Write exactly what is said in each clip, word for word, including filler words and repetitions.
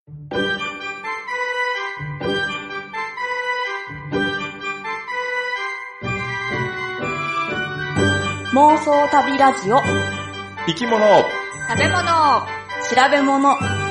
妄想旅ラジオ。 生き物、 食べ物、調べ物。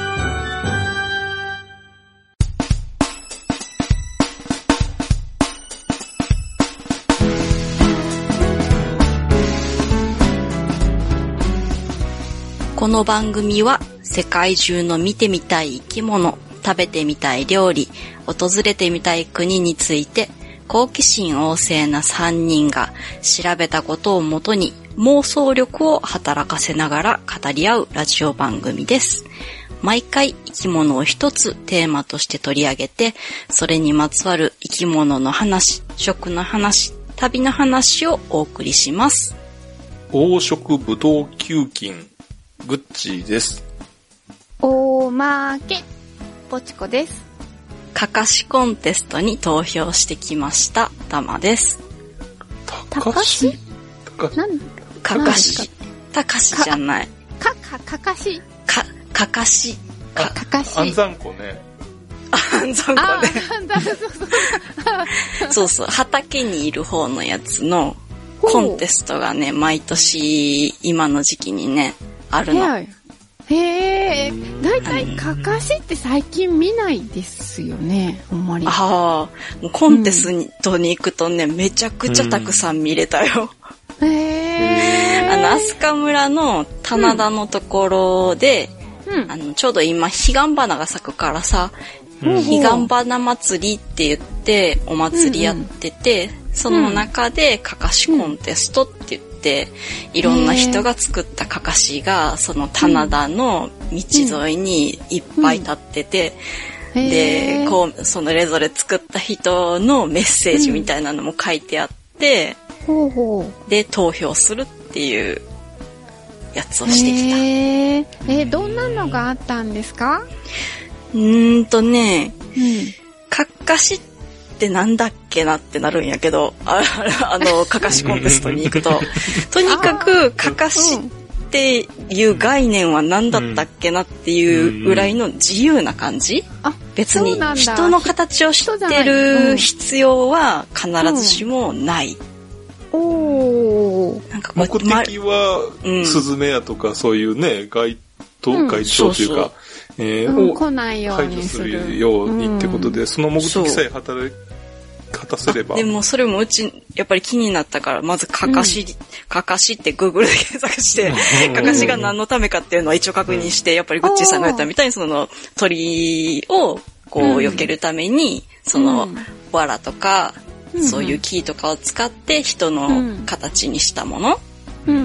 この番組は世界中の見てみたい生き物、食べてみたい料理、訪れてみたい国について好奇心旺盛なさんにんが調べたことをもとに妄想力を働かせながら語り合うラジオ番組です。毎回生き物を一つテーマとして取り上げて、それにまつわる生き物の話、食の話、旅の話をお送りします。 黄色ブドウ球菌、グッチーです。 おまけ、ポチコです。 かかしコンテストに投票してきましたタマです。 たかし？ なんかかし。たかしじゃない。 か、か、かかし。 か、かかし。 か、かかし。 安山湖ね。 安山湖ね。 あ、そうそうそう。そうそう。畑にいる方のやつのコンテストがね、毎年今の時期にね、あるの。 へえ、だいたいかかしって最近見ないですよね、あんまり。 ああ、もうコンテストに行くとね、うん、めちゃくちゃたくさん見れたよ。 うん、へえ。 あの、飛鳥村の棚田のところで、うん、あの、ちょうど今、彼岸花が咲くからさ、うん、彼岸花祭りって言ってお祭りやってて、うんうん、その中でかかしコンテストって言って、いろんな人が作ったかかしがその棚田の道沿いにいっぱい立ってて、うんうん、でこうそれぞれ作った人のメッセージみたいなのも書いてあって、 うん、 で投票するっていうやつをしてきた。 へー、えー、どんなのがあったんですか？ うーんとね、 うん、 かかしってなんだっけなってなるんやけど、あ, あのかかしコンテストに行くととにかくかかしっていう概念は何だったっけなっていうぐらいの自由な感じ、 うん、 別に人の形を知ってる必要は必ずしもない、 うん、おなんか目的は、うん、スズメやとかそういうね外と外鳥というか、うん、えーうん、来ないようにする排除するようにってことで、うん、その目的さえ働果たせれば。 でもそれもうちやっぱり気になったから、まずかかし、うん、かかしって Google で検索して、かかしが何のためかっていうのは一応確認して、やっぱりグッチーさんが言ったみたいにその鳥をこう避けるために、その藁とか、そういう木とかを使って人の形にしたもの。 うんうん、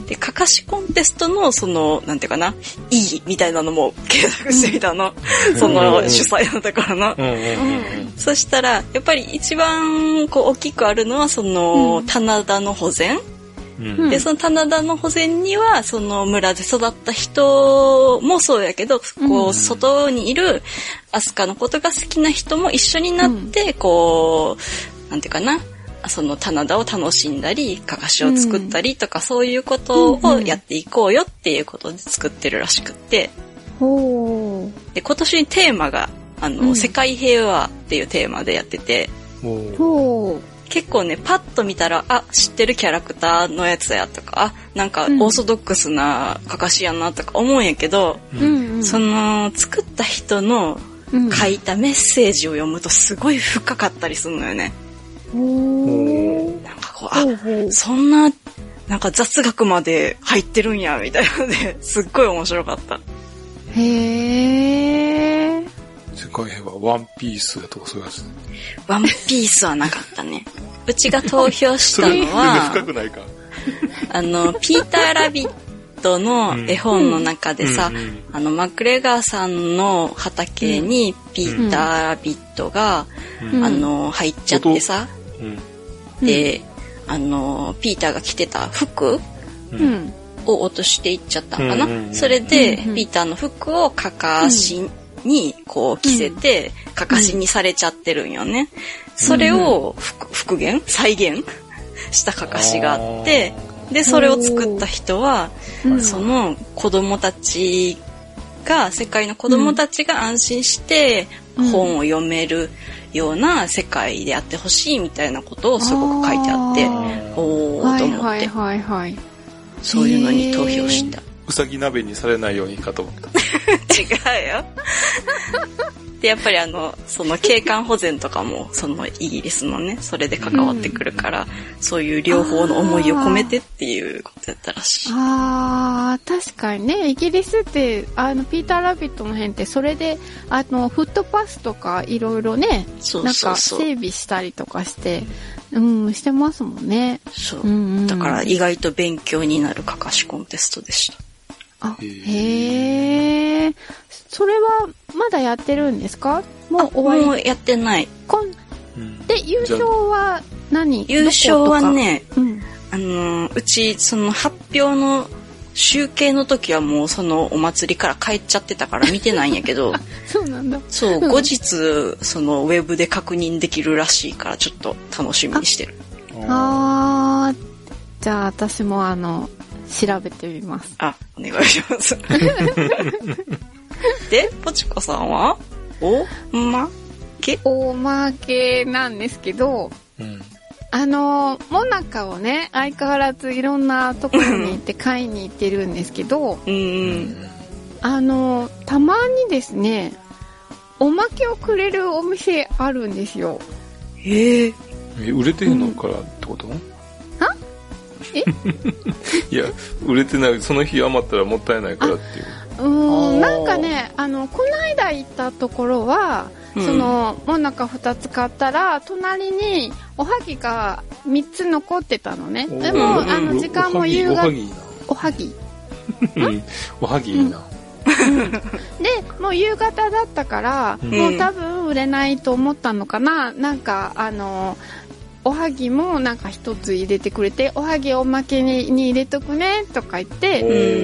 で、かかしコンテストのその、なんていうかな、意義みたいなのも検索してみたの。うん、その主催のところの。 うんうんうん、 そしたら、やっぱり一番こう大きくあるのはその、うん、棚田の保全。うん、で、その棚田の保全には、その村で育った人もそうやけど、こう、外にいるアスカのことが好きな人も一緒になって、こう、なんていうかな、その棚田を楽しんだり、かかしを作ったりとか、うん、そういうことをやっていこうよっていうことで作ってるらしくって。 ほう。で、今年テーマが、あの、うん、世界平和っていうテーマでやってて、 ほう。 結構ね、パッと見たら、あ、知ってるキャラクターのやつやとか、あ、なんかオーソドックスなかかしやなとか思うんやけど、 うんうん、 その、作った人の書いたメッセージを読むとすごい深かったりするのよね。 おなんかこう、あ、そんな、なんか雑学まで入ってるんや、みたいなので、すっごい面白かった。 へー。 世界平和、ワンピースとかそういうやつ。 ワンピースはなかったね。うちが投票したのは、 深くないか。 あの、ピーターラビットの絵本の中でさ、うんうん、あの、マクレガーさんの畑にピーターラビットが、うん、あの、入っちゃってさ、うん、で、あの、ピーターが着てた服、 うん、 を落としていっちゃったのかな、うんうんうん、それで、うんうん、ピーターの服をかかしにこう着せて、うん、かかしにされちゃってるんよね。うん、それを復元再現したかかしがあって、で、それを作った人は、その子供たちが、世界の子供たちが安心して本を読めるような世界であってほしいみたいなことをすごく書いてあって、おーと思って、 はいはいはいはい、 そういうのに投票した。 うさぎ鍋にされないようにかと思った。 違うよ。で、やっぱりあの、その景観保全とかも、そのイギリスのね、それで関わってくるから、うん、そういう両方の思いを込めてっていうことやったらしい。 ああ、確かにね、イギリスって、あの、ピーターラビットの辺って、それで、あの、フットパスとかいろいろね、 そうそうそう、 なんか整備したりとかして、うん、してますもんね。 そう。うんうん、だから意外と勉強になるかかしコンテストでした。 あ、へえ。それはまだやってるんですか？もう終わり？ もうやってない。 こんで、優勝は何？ 優勝はね、 うん、 あの、うち、その発表の集計の時はもうそのお祭りから帰っちゃってたから見てないんやけど、 そうなんだ。 そう、後日、そのウェブで確認できるらしいからちょっと楽しみにしてる。 ああ、じゃあ私もあの、調べてみます。 あ、お願いします。で、ポチコさんはおまけおまけなんですけど、うん、あの、モナカをね、相変わらずいろんなところに行って買いに行ってるんですけど、うん、あの、たまにですね、おまけをくれるお店あるんですよ。 へえ。 え、売れてんのからってこと？うん、はえいや、売れてない、その日余ったらもったいないからっていう。 うーん、なんかね、あの、この間行ったところは、うん、その、もなかふたつ買ったら、隣におはぎがみっつ残ってたのね。でも、あの、時間も夕方。おはぎ。 おはぎいいな。 で、もう夕方だったから、うん、もう多分売れないと思ったのかな。なんか、あの、おはぎもなんか一つ入れてくれて、おはぎおまけに入れとくねとか言って、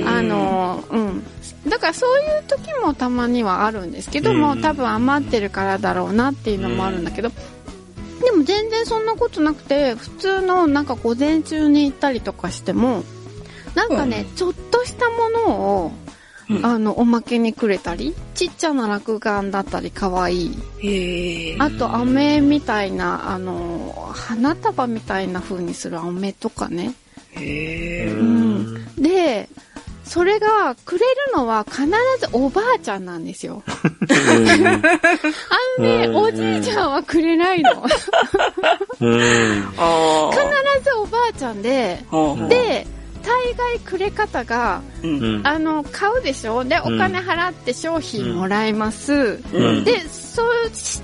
あの、うん。だからそういう時もたまにはあるんですけども、多分余ってるからだろうなっていうのもあるんだけど、でも全然そんなことなくて、普通のなんか午前中に行ったりとかしても、なんかね、ちょっとしたものを、うん、あの、おまけにくれたり、ちっちゃな落雁だったり可愛い。 へあと、飴みたいな、あの、花束みたいな風にする飴とかね。 へー。 うん。で、それがくれるのは必ずおばあちゃんなんですよ。あのね、おじいちゃんはくれないの。必ずおばあちゃんで、で、大概くれ方が、うん、あの、買うでしょ？で、お金払って商品もらえます。うん、で、そうして、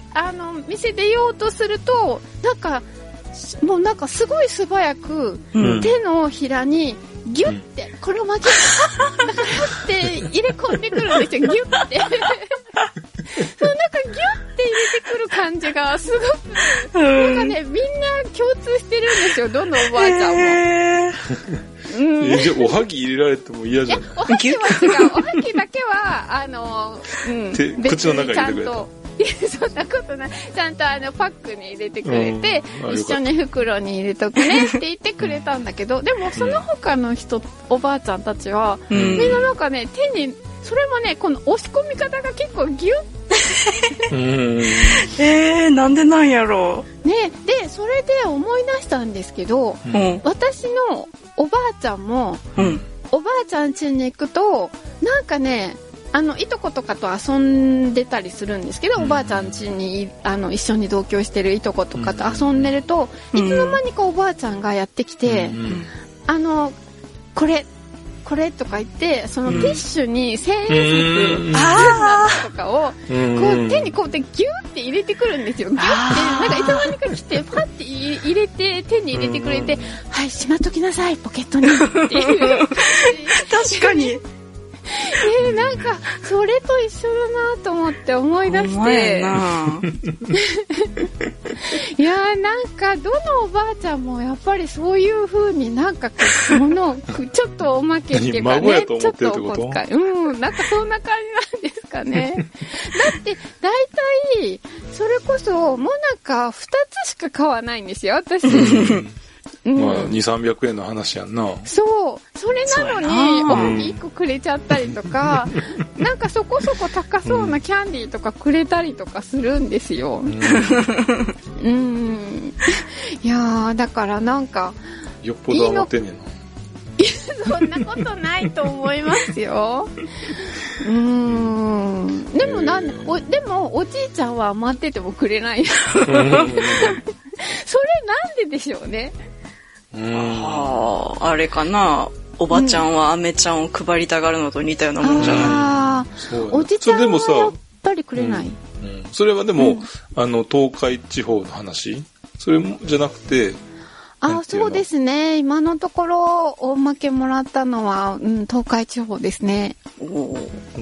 あの、店出ようとすると、なんか、もうなんかすごい素早く、うん、手のひらに、ギュッて、うん、これを巻き、って入れ込んでくるんですよ、ギュッて。そう、なんかギュッて入れてくる感じがすごく、なんかね、みんな共通してるんですよ、どのおばあちゃんも。 うん、え、じゃあおはぎ入れられても嫌じゃん。 おはぎは違う。おはぎだけは、あの、うん、 口の中に入れてくれた。 そんなことない。ちゃんとあのパックに入れてくれて、うん、一緒に袋に入れとくねって言ってくれたんだけど、でもその他の人、うん、おばあちゃんたちは、うん、みんななんかね、手に、それもね、この押し込み方が結構ギュッうん、えー、なんでなんやろう。ね、で、それで思い出したんですけど、うん、私のおばあちゃんも、うん、おばあちゃん家に行くと、なんかね、あの、いとことかと遊んでたりするんですけど、うん、おばあちゃん家に、あの、一緒に同居してるいとことかと遊んでると、うん、いつの間にかおばあちゃんがやってきて、うん、あの、これ、これとか言って、そのティッシュに千円札、あーとかを、こう手にこうやってギューって入れてくるんですよ。ギューって、なんかいつの間にか来て、パッて入れて、手に入れてくれて、はい、しまっときなさい、ポケットに。っていう。 確かに。 ね、なんかそれと一緒だなと思って思い出していやー、なんかどのおばあちゃんもやっぱりそういう風になんかものをちょっとおまけっていうかね、ちょっとお小遣い、うん、なんかそんな感じなんですかね。だってだいたいそれこそもなかふたつしか買わないんですよ、私。 うん、 まあ、に、さんびゃくえんの話やんな。 そう。それなのに、大きい子くれちゃったりとか、うん、なんかそこそこ高そうなキャンディーとかくれたりとかするんですよ。うん。うん、いやー、だからなんか、 よっぽど余ってんねんな。 そんなことないと思いますよ。うーん。でもなんで、お、でもおじいちゃんは余っててもくれない。それなんででしょうね。 うーん。ああ、あれかな。おばちゃんはアメちゃんを配りたがるのと似たようなもんじゃない、うん、ああ、おじちゃんはやっぱりくれない。 うんうん、それはでも、うん、あの、東海地方の話それもじゃなくて、 あ、そうですね。今のところおまけもらったのは、うん、東海地方ですね。おうん、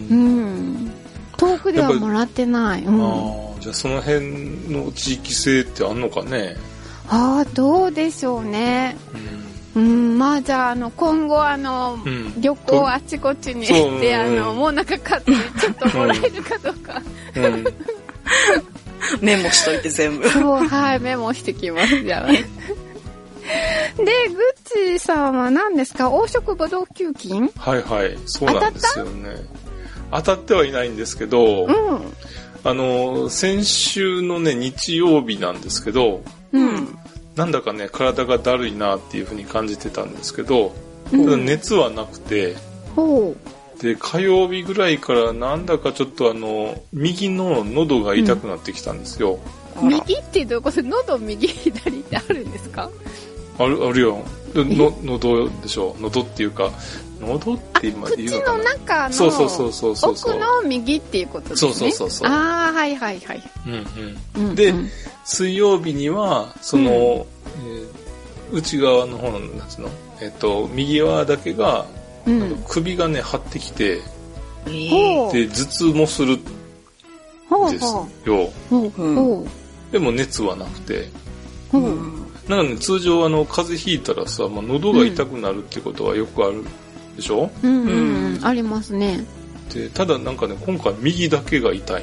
遠くではもらってない。うん、 あじゃあその辺の地域性ってあんのかね。 ああ、どうでしょうね。うん、うん、まあじゃあ、あの今後あの、うん、旅行あちこちに行って、あのもうなんか買ってちょっともらえるかどうか。うん、 メモしといて全部。 そう、はい、メモしてきますじゃあ。で、グッチさんは何ですか？黄色ブドウ球菌？ はいはい、そうなんですよね。当たってはいないんですけど、うん、あの、先週のね、日曜日なんですけど、うん、なんだかね、体がだるいなっていう風に感じてたんですけど、うん、熱はなくて、うん、で、火曜日ぐらいからなんだかちょっとあの、右の喉が痛くなってきたんですよ。 うん、右ってどういうこと？喉右左ってあるんですか？ ある、あるよ。の、喉でしょ。喉っていうか、喉って今言うのかな。 口の中のそうそうそうそうそう奥の右っていうことですね。 そうそうそうそう。 ああ、はいはいはい。 うんうん。で、うんうん、水曜日には、その、うんえー、内側の方の、なんつうの、えっと、右側だけが、うん、首がね、張ってきて、えー、で、頭痛もするんですよ。ほうほうでも熱はなくて。うんなんかね、通常あの風邪ひいたらさ、まあ、喉が痛くなるってことはよくあるでしょ？ うんうん、うん、ありますね。 で、ただなんかね、今回右だけが痛い。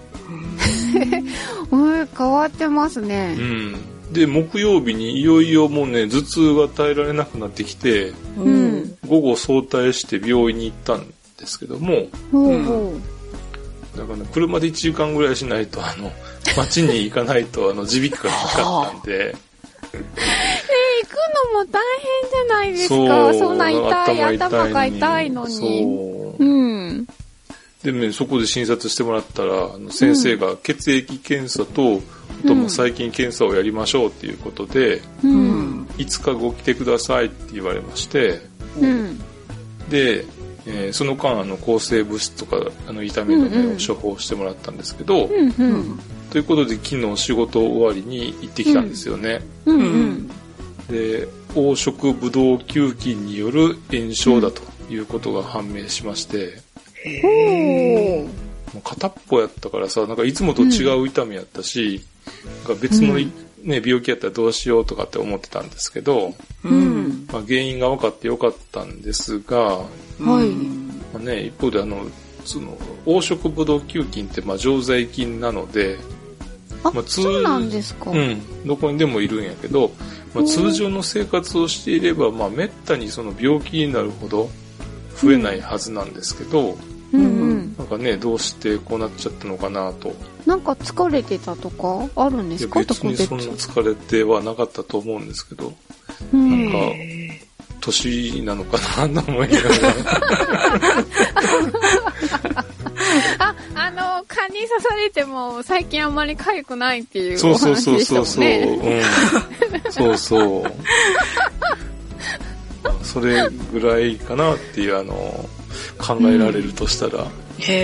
おい、変わってますね。 うん。で、木曜日にいよいよもうね、頭痛が耐えられなくなってきて、うん、午後早退して病院に行ったんですけども、うん、だからね、車でいちじかんぐらいしないと、あの、街に行かないと、あの、耳鼻科がなかったんで、 えー、行くのも大変じゃないですか。そんな痛い、頭が痛いのに。そう。うん。 でね、そこで診察してもらったら、あの先生が血液検査と、あとも細菌検査をやりましょうっていうことで、うん、いつかご来てくださいって言われまして、うん、で、えー、その間あの抗生物質とかあの痛み止めを処方してもらったんですけど、うんうん、ということで昨日仕事終わりに行ってきたんですよね。うんうん、で、黄色ブドウ球菌による炎症だということが判明しまして、へー、もう片っぽやったからさ、なんかいつもと違う痛みやったし、うん、なんか別の、ね、病気やったらどうしようとかって思ってたんですけど、うんまあ、原因が分かってよかったんですが、はいまあね、一方であのその黄色ブドウ球菌ってまあ常在菌なので、 あ、まあ、そうなんですか。 うん、どこにでもいるんやけど、まあ、通常の生活をしていれば、まあ、めったにその病気になるほど増えないはずなんですけど、うんうん、なんかね、どうしてこうなっちゃったのかなと。 なんか疲れてたとかあるんですか？ いや別にそんな疲れてはなかったと思うんですけど、うん、なんか年なのかなと思いながらあ、あの蚊に刺されても最近あんまり痒くないっていうお話でしたもんね。 そうそうそうそう、うん、そうそうそれぐらいかなっていうあの考えられるとしたら、うん、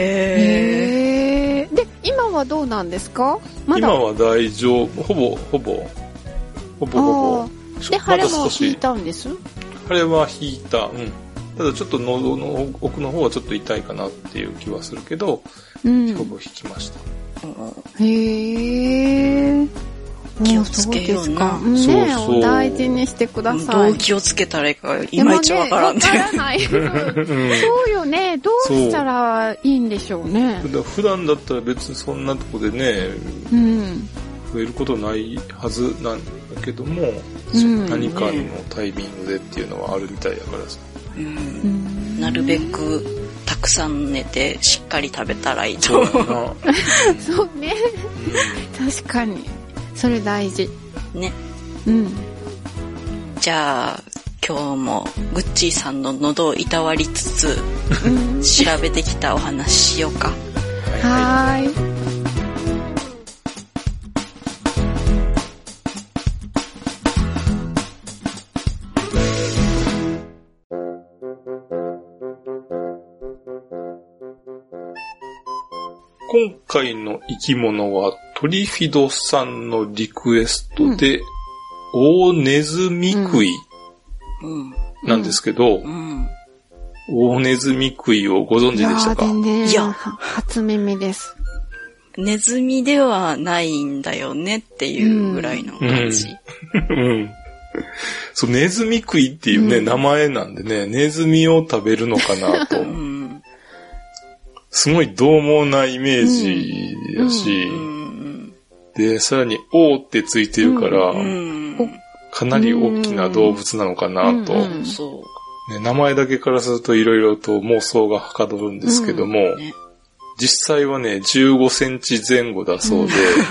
へー。で今はどうなんですか？まだ今は大丈夫、ほぼほぼほぼほぼで腫れも引いたんです？ 腫れは引いた、うん、ただちょっと喉の奥の方はちょっと痛いかなっていう気はするけど、うん、ほぼ引きました。 へー、 気をつけような。 ね、そうそう、お大事にしてください。 どう気をつけたらいいかいまいちわからんね。 わからない。そうよね。どうしたらいいんでしょうね。 普段だったら別にそんなとこでね、うん、増えることないはずなんだけども、うん、何かのタイミングでっていうのはあるみたいやからさ、 うん、なるべくたくさん寝てしっかり食べたらいいと思う。 そうね、うん、確かにそれ大事ね。 うん。 じゃあ今日もグッチーさんの喉をいたわりつつ、うん、調べてきたお話しようか。 はーい。 今回の生き物はトリフィドさんのリクエストで、うん、オオネズミクイなんですけど、うんうん、オオネズミクイをご存知でしたか？ いや、全然、いや、初耳です。 ネズミではないんだよねっていうぐらいの感じ。 うんうん、そう、ネズミクイっていうね、名前なんでね、ネズミを食べるのかなと。うんすごい獰猛なイメージだし、うん、で、さらに、オーってついてるから、うん、かなり大きな動物なのかなと、うんうんね、名前だけからすると色々と妄想がはかどるんですけども、うんね、実際はね、じゅうごセンチ前後だそうで、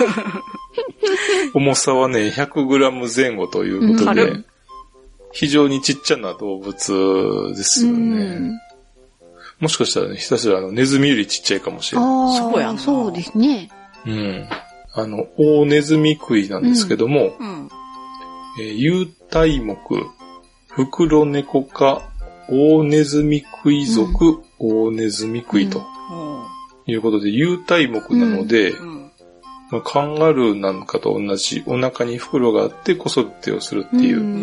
重さはね、ひゃくグラム前後ということで、非常にちっちゃな動物ですよね。うんもしかしたらね、ひたすらあのネズミよりちっちゃいかもしれない。 ああ、そうやな。そうですね。 うん。あの、オオネズミクイなんですけども、うんうんえー、有袋目、フクロネコ科、オオネズミクイ属、うん、オオネズミクイと、うん、いうことで、有袋目なので、うんうんまあ、カンガルーなんかと同じお腹に袋があって子育てをするっていう、うん、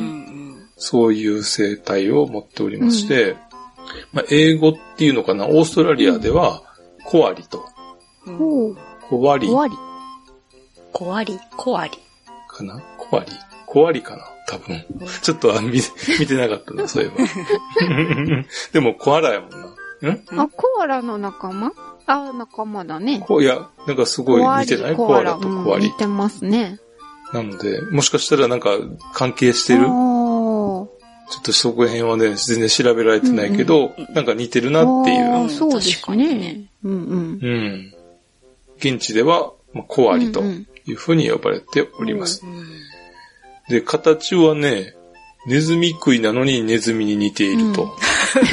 そういう生態を持っておりまして、うんまあ、英語っていうのかな、オーストラリアでは、コアリと。 うん、 コワリ。 コワリ。 コワリ。コワリ。 かなコワリ。コワリかな多分。ちょっとあ見、見てなかったな、そういえば。でも、コアラやもんな。 んあ、コアラの仲間あ、仲間だね。 こいや、なんかすごい似てないコアラとコアリ。 似てますね。 なので、もしかしたらなんか関係してるちょっとそこら辺はね、全然調べられてないけど、うんうん、なんか似てるなっていう。 あそうですね。うんうん。 うん。現地では、まあ、コアリというふうに呼ばれております。うんうん、で、形はね、ネズミ食いなのにネズミに似ていると。うん、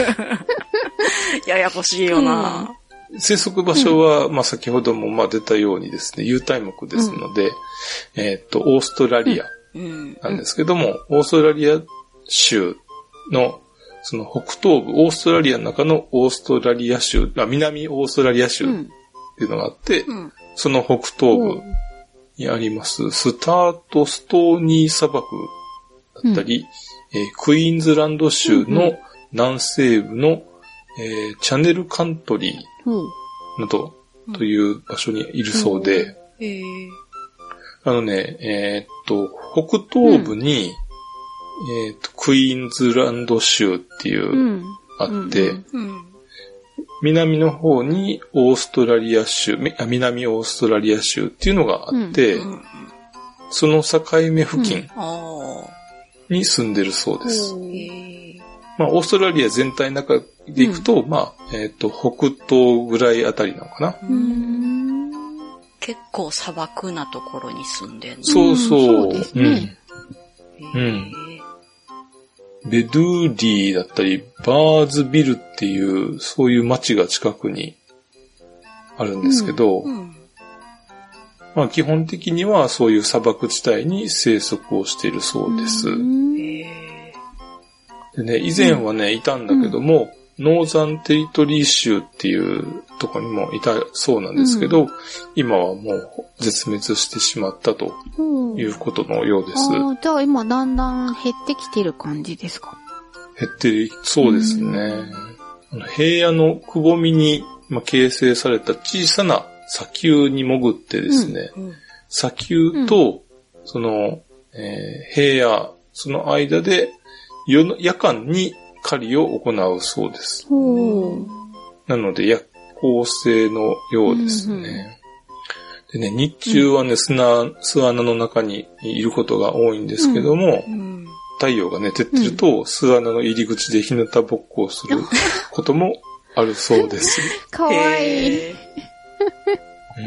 ややこしいよな。 うん、生息場所は、まあ先ほどもまあ出たようにですね、有袋目ですので、うん、えっと、オーストラリアなんですけども、オーストラリア州の、その北東部、オーストラリアの中のオーストラリア州、あ南オーストラリア州っていうのがあって、うん、その北東部にあります、スタートストーニー砂漠だったり、うんえー、クイーンズランド州の南西部の、えー、チャネルカントリーなどという場所にいるそうで、うんえー、あのね、えー、っと、北東部に、うんえっと、クイーンズランド州っていう、うん、あって、うんうん、南の方にオーストラリア州、南オーストラリア州っていうのがあって、うんうん、その境目付近に住んでるそうです。うん、まあ、オーストラリア全体の中でいくと、うん、まあ、えっと、北東ぐらいあたりなのかな。 うん結構砂漠なところに住んでるの。 そうそう。 そうですね。 うん。うんベドゥーリーだったり、バーズビルっていう、そういう街が近くにあるんですけど、うんうん、まあ基本的にはそういう砂漠地帯に生息をしているそうです。うん、でね、以前はね、いたんだけども、うん、ノーザンテリトリー州っていうところにもいたそうなんですけど、うん、今はもう絶滅してしまったということのようです。 あじゃあ今だんだん減ってきてる感じですか？ 減ってる、そうですね。うん、平野のくぼみに、まあ、形成された小さな砂丘に潜ってですね、うん、砂丘と、その、えー、平野、その間で夜夜間に狩りを行うそうです。なので夜行性のようですね。うんうん、 でね、日中はね、砂、巣穴の中にいることが多いんですけども、うん、太陽がね、照ってると、巣穴の入り口で日向ぼっこをすることもあるそうです。 かわいい。 うん。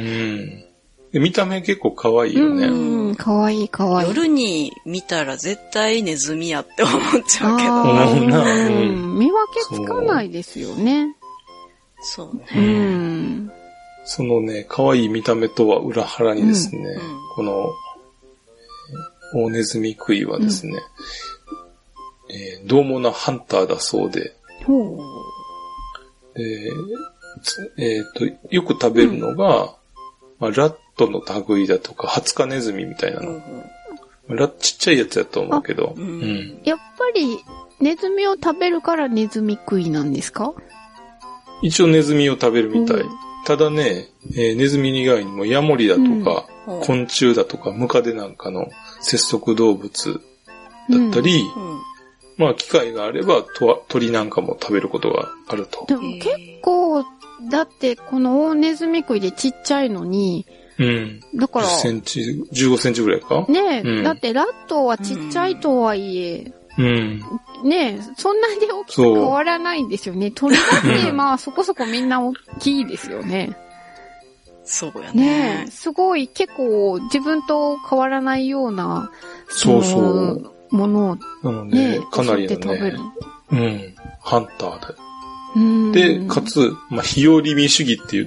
で見た目結構可愛いよね。 うん、かわいいかわいい。 夜に見たら絶対ネズミやって思っちゃうけど。 うん、見分けつかないですよね。 そうね。 うん。 そのね、可愛い見た目とは裏腹にですね、うん、この、オオネズミクイはですね、うんえー、獰猛なハンターだそうで、 ほうでえー、とよく食べるのが、うんまあ、ラットの類だとか、ハツカネズミみたいなの。うん、ラちっちゃいやつやと思うけど、うんうん。やっぱり、ネズミを食べるからネズミ食いなんですか？ 一応ネズミを食べるみたい。うん、ただね、えー、ネズミ以外にもヤモリだとか、うん、昆虫だとか、ムカデなんかの節足動物だったり、うんうん、まあ機会があればと鳥なんかも食べることがあると。 でも結構、だってこのオオネズミ食いでちっちゃいのに、 うん。 だから。 じゅっセンチ、じゅうごセンチぐらいかねえ、うん、だってラットはちっちゃいとはいえ、 うん。 ねえ、そんなに大きく変わらないんですよね。鳥だってまあそこそこみんな大きいですよね。 そうやね。 ねえ、すごい結構自分と変わらないような、 そうそう。 ものを、ね、 なので、かなりのね、うん、ハンターだよ。で、かつ、まあ、日和見主義って言って、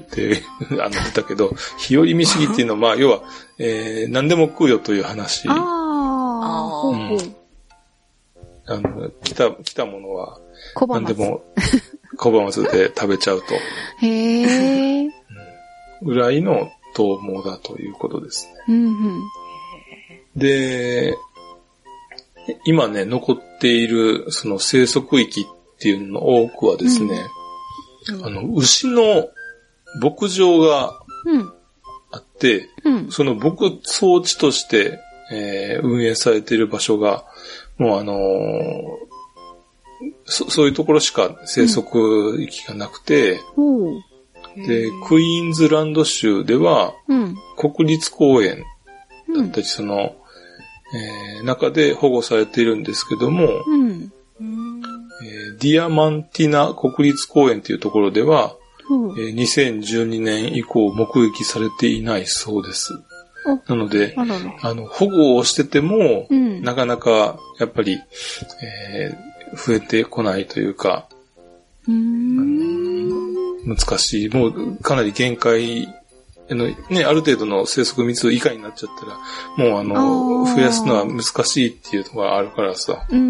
あの、出たけど、日和見主義っていうのは、まあ、要は、えー、何でも食うよという話。 ああ、うん、 あの、来た、来たものは、何でも、小判松で食べちゃうと。 へー。 ぐらいの獰猛だということですね。 うんうん、 で、今ね、残っている、その生息域っていうのの多くはですね、うん、あの、牛の牧場があって、 うんうん、 その牧草地として、えー、運営されている場所が、もうあのー、そ、そういうところしか生息域がなくて、 うん、 で、クイーンズランド州では、国立公園だったり、その、えー、中で保護されているんですけども、 うんえー、ディアマンティナ国立公園というところでは、 うんえー、にせんじゅうにねん以降目撃されていないそうです。なので、 あららあの、保護をしてても、 うん、 なかなかやっぱり、えー、増えてこないというか、 うーん難しい。もうかなり限界あのね、ある程度の生息密度以下になっちゃったら、もうあの、増やすのは難しいっていうのがあるからさ。 うん。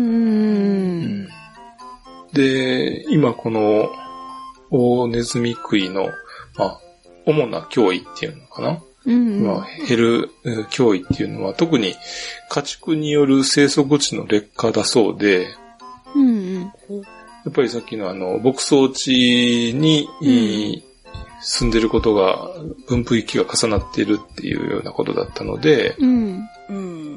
で、今この、オオネズミ食いの、まあ、主な脅威っていうのかな。 うん、 まあ、減る脅威っていうのは、特に家畜による生息地の劣化だそうで、 うん、やっぱりさっきのあの、牧草地に、うん住んでることが、分布域が重なっているっていうようなことだったので、 うんうん、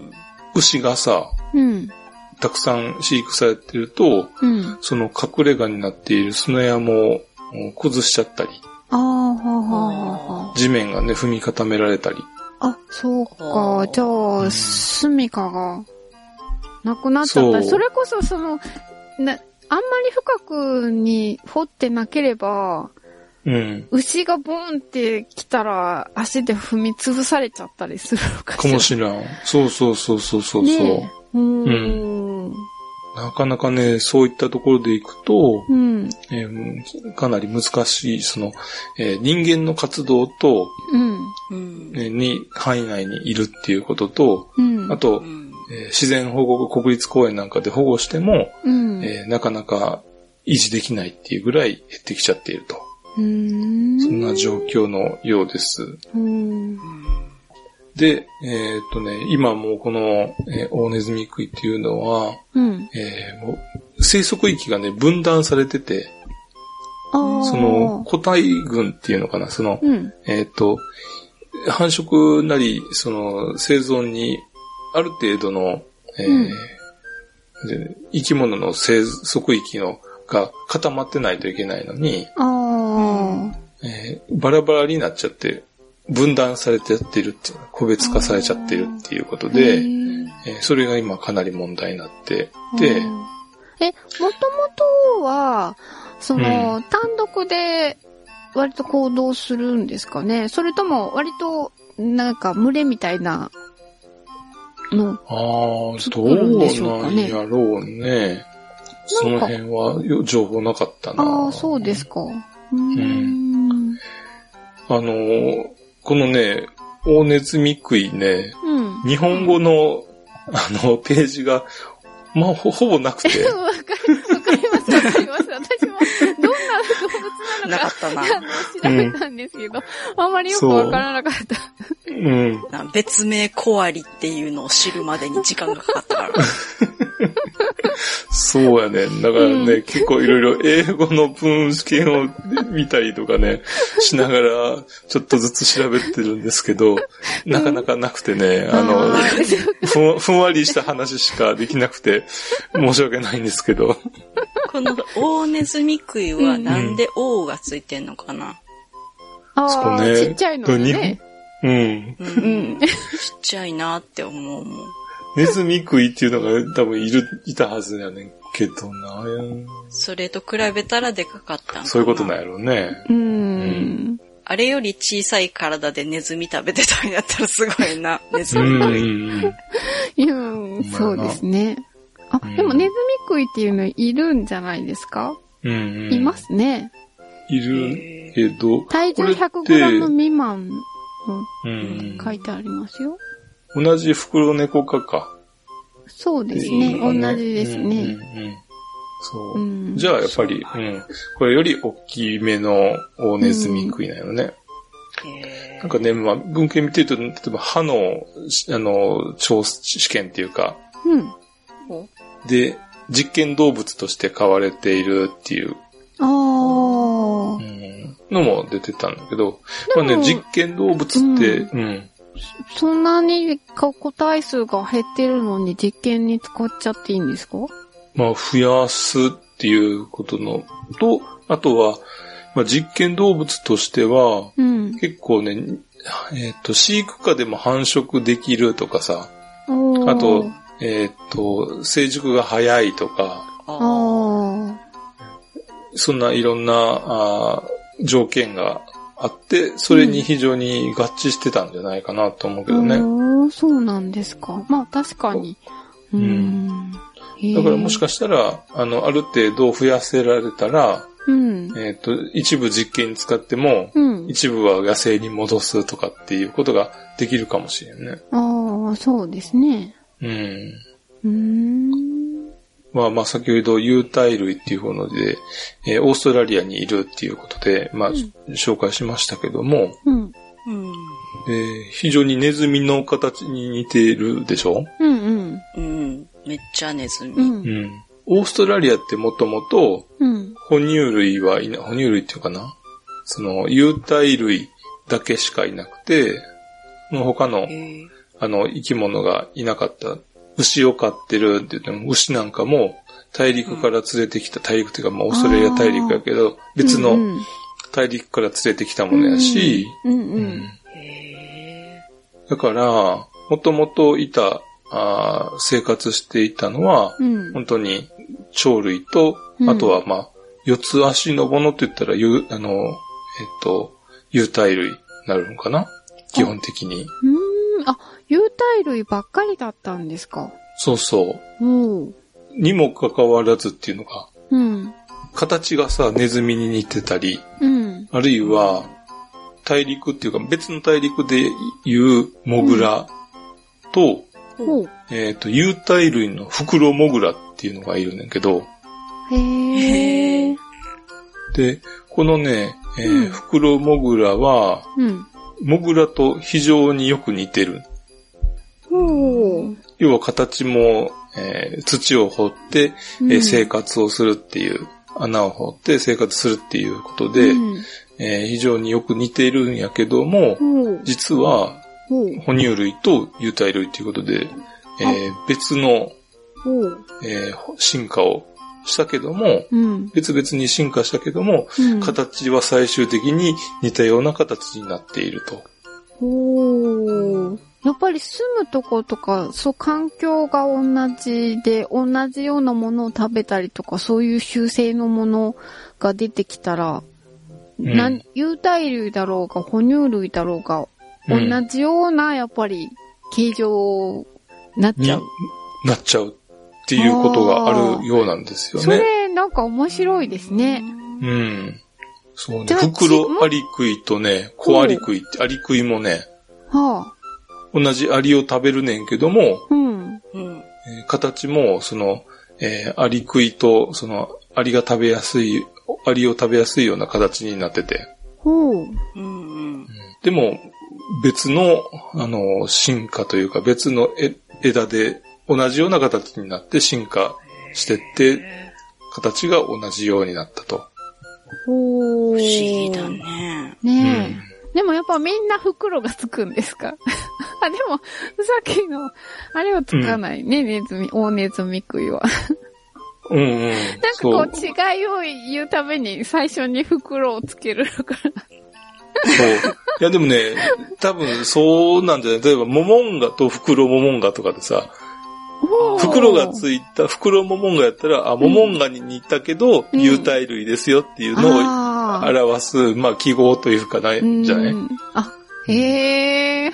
牛がさ、 うん、 たくさん飼育されてると、 うん、 その隠れ家になっている砂山を崩しちゃったり、 あーはーはーはー地面がね、踏み固められたり。 あ、そうか。じゃあ、住処がなくなっちゃったり。そ, それこそその、な、あんまり深くに掘ってなければ、 うん、 牛がボーンって来たら足で踏み潰されちゃったりするのかしら。 かもしれん。そうそうそうそうそう。 ね、うーん、 うん。なかなかね、そういったところで行くと、 うんえー、かなり難しい、その、えー、人間の活動と、 うんえー、に、範囲内にいるっていうことと、 うん、 あと、うんえー、自然保護国立公園なんかで保護しても、 うんえー、なかなか維持できないっていうぐらい減ってきちゃっていると。 うーんそんな状況のようです。 うんで、えー、っとね、今もうこの、えー、オオネズミ食いっていうのは、 うんえー、もう生息域がね、分断されてて、 あーその、個体群っていうのかな、その、 うん、 えー、っと、繁殖なり、その、生存に、ある程度の、えーうんで生き物の生息域のが固まってないといけないのに、 あえー、バラバラになっちゃって分断されてやってるっていう、個別化されちゃってるっていうことで、えー、それが今かなり問題になってて、 え、もともとは、その、うん、単独で割と行動するんですかね？それとも割と、なんか群れみたいなの、 ああ、どうなんやろうね。その辺は情報なかったな。 ああ、そうですか。うーん、うん、 あの、このね、大ネズミ食いね、うん、日本語の、あの、ページが、まあ、ほ、ほぼなくて。 わかります、わかります、わかります。私も、どんな動物なのか、 なかったな。 あの、調べたんですけど、うん、あんまりよくわからなかった。 うん。 別名コアリっていうのを知るまでに時間がかかったから。 そうやね。だからね、うん、結構いろいろ英語の文献を見たりとかね、しながらちょっとずつ調べてるんですけど、なかなかなくてね、あの、ふん、ふんわりした話しかできなくて、申し訳ないんですけど。 この大ネズミ食いはなんで O がついてんのかな？ うん、ああ、ね、ちっちゃいのね。 うん。うんうん、ちっちゃいなって思うもん。 ネズミ食いっていうのが多分いる、いたはずやねんけどな。 それと比べたらでかかったんかな。 そういうことなんやろうね。 うーん。うん、 あれより小さい体でネズミ食べてたんやったらすごいな、ネズミ食い。 うん、そうですね。あ、でもネズミ食いっていうのいるんじゃないですか？ うん、 いますね。 いるけど。 体重 ひゃくグラム 未満の書いてありますよ。 同じフクロネコ科か。 そうですね。ね、同じですね。うんうんうん、 そう、うん。じゃあやっぱり、うん、これより大きめの大ネズミ食いなのね。うん、なんかね、まあ、文献見てると、例えば歯の、あの、超試験っていうか、 うん、 で、実験動物として飼われているっていう、 あー、 うん、のも出てたんだけど、まあね、実験動物って、うん、うんそんなに個体数が減ってるのに実験に使っちゃっていいんですか？ まあ、増やすっていうことのと、あとは、まあ、実験動物としては、 うん、 結構ね、えっと、飼育下でも繁殖できるとかさ、あと、えっと、成熟が早いとか、 あそんないろんなあ条件があって、それに非常に合致してたんじゃないかなと思うけどね。 うん、そうなんですか。まあ確かに。 うん。だからもしかしたら、あの、ある程度増やせられたら、 うん、 えっと、一部実験に使っても、 うん、 一部は野生に戻すとかっていうことができるかもしれんね。 ああ、そうですね。 うん。 うーん。 まあまあ先ほど有袋類っていうので、えー、オーストラリアにいるっていうことで、まあ、うん、紹介しましたけども、 うんえー、非常にネズミの形に似ているでしょ？ うんうん。 うん。めっちゃネズミ。 うん。 うん、オーストラリアってもともと、哺乳類はいな、哺乳類っていうかな？その、有袋類だけしかいなくて、もう他の、あの、生き物がいなかった。牛を飼ってるって言っても、牛なんかも大陸から連れてきた、大陸っていうか、まあ、オーストラリア大陸やけど、別の大陸から連れてきたものやし、だから、もともといた、あ生活していたのは、 うん、 本当に鳥類と、あとは、まあ、四つ足のものって言ったら、ゆあの、えっと、有袋類になるのかな？基本的に。 うーん、あ、有袋類ばっかりだったんですか？ そうそう。うん。 にもかかわらずっていうのが、 うん。 形がさ、ネズミに似てたり、 うん。 あるいは、大陸っていうか、別の大陸でいうモグラと、 うん、 えっと、有袋類のフクロモグラっていうのがいるんだけど、 へー。 で、このね、えーうん、フクロモグラは、 うん、 モグラと非常によく似てる。 おー。 要は形も、えー、土を掘って、うんえー、生活をするっていう、穴を掘って生活するっていうことで、うんえー、非常によく似ているんやけども、実は、哺乳類と有袋類ということで、えー、別の、えー、進化をしたけども、 うん、 別々に進化したけども、うん、形は最終的に似たような形になっていると。 ほー。やっぱり住むとことか、そう、環境が同じで、同じようなものを食べたりとか、そういう習性のものが出てきたら、うん、なん有袋類だろうが、哺乳類だろうが、同じような、やっぱり、形状になっちゃう。 なっちゃうっていうことがあるようなんですよね。 それ、なんか面白いですね。 うん。そうね。袋アリクイとね、小アリクイって、アリクイもね、はあ、同じアリを食べるねんけども、うんえー、形も、その、えー、アリクイと、その、アリが食べやすい、アリを食べやすいような形になってて。ほう。うんうん、でも、別の、あの、進化というか、別の枝で同じような形になって進化してって、形が同じようになったと。 ほう。不思議だね。 ねえ。うんでもやっぱみんな袋がつくんですかあ、でも、さっきの、あれはつかないね、うん、ネズミ、大ネズミ食いは。うんうん。なんかこう、違いを言うために最初に袋をつけるから。 そう。いやでもね、多分そうなんじゃない？例えば、モモンガと袋モモンガとかでさ、袋がついた袋モモンガやったら、あ、モモンガに似たけど、うん、有袋類ですよっていうのを、表す、まあ、記号というかないんじゃない？ あ、へえ。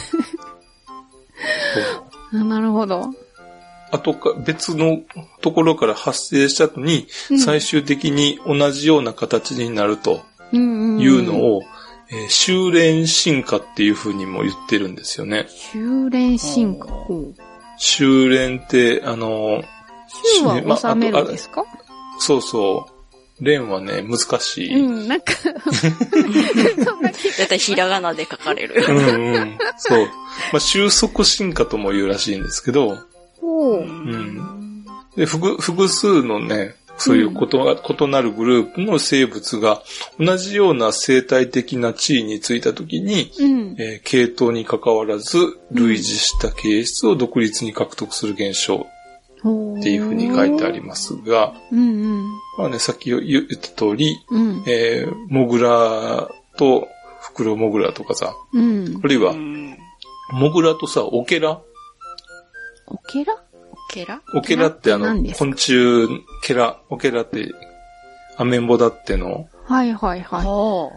なるほど。 あとか、別のところから発生した後に、うん、最終的に同じような形になるというのを、えー、修練進化っていう風にも言ってるんですよね。 修練進化。 修練って、あの、 修は収めるんですか？まあ、そうそう。練はね、難しい。 うん、なんか、そんな気だいたいひらがなで書かれる。 うんうん。そう。まあ、収束進化とも言うらしいんですけど、 ほう。 うん。で、複、複数のね、そういうことが、うん、異なるグループの生物が同じような生態的な地位についたときに、うんえー、系統に関わらず類似した形質を独立に獲得する現象っていうふうに書いてありますが、うんうん、まあね、さっき言った通り、うんえー、モグラとフクロモグラとかさ、うん、あるいは、モグラとさ、オケラオケラオケラオケラってあの、昆虫、ケラ、オケラって、アメンボだっての。 はいはいはい。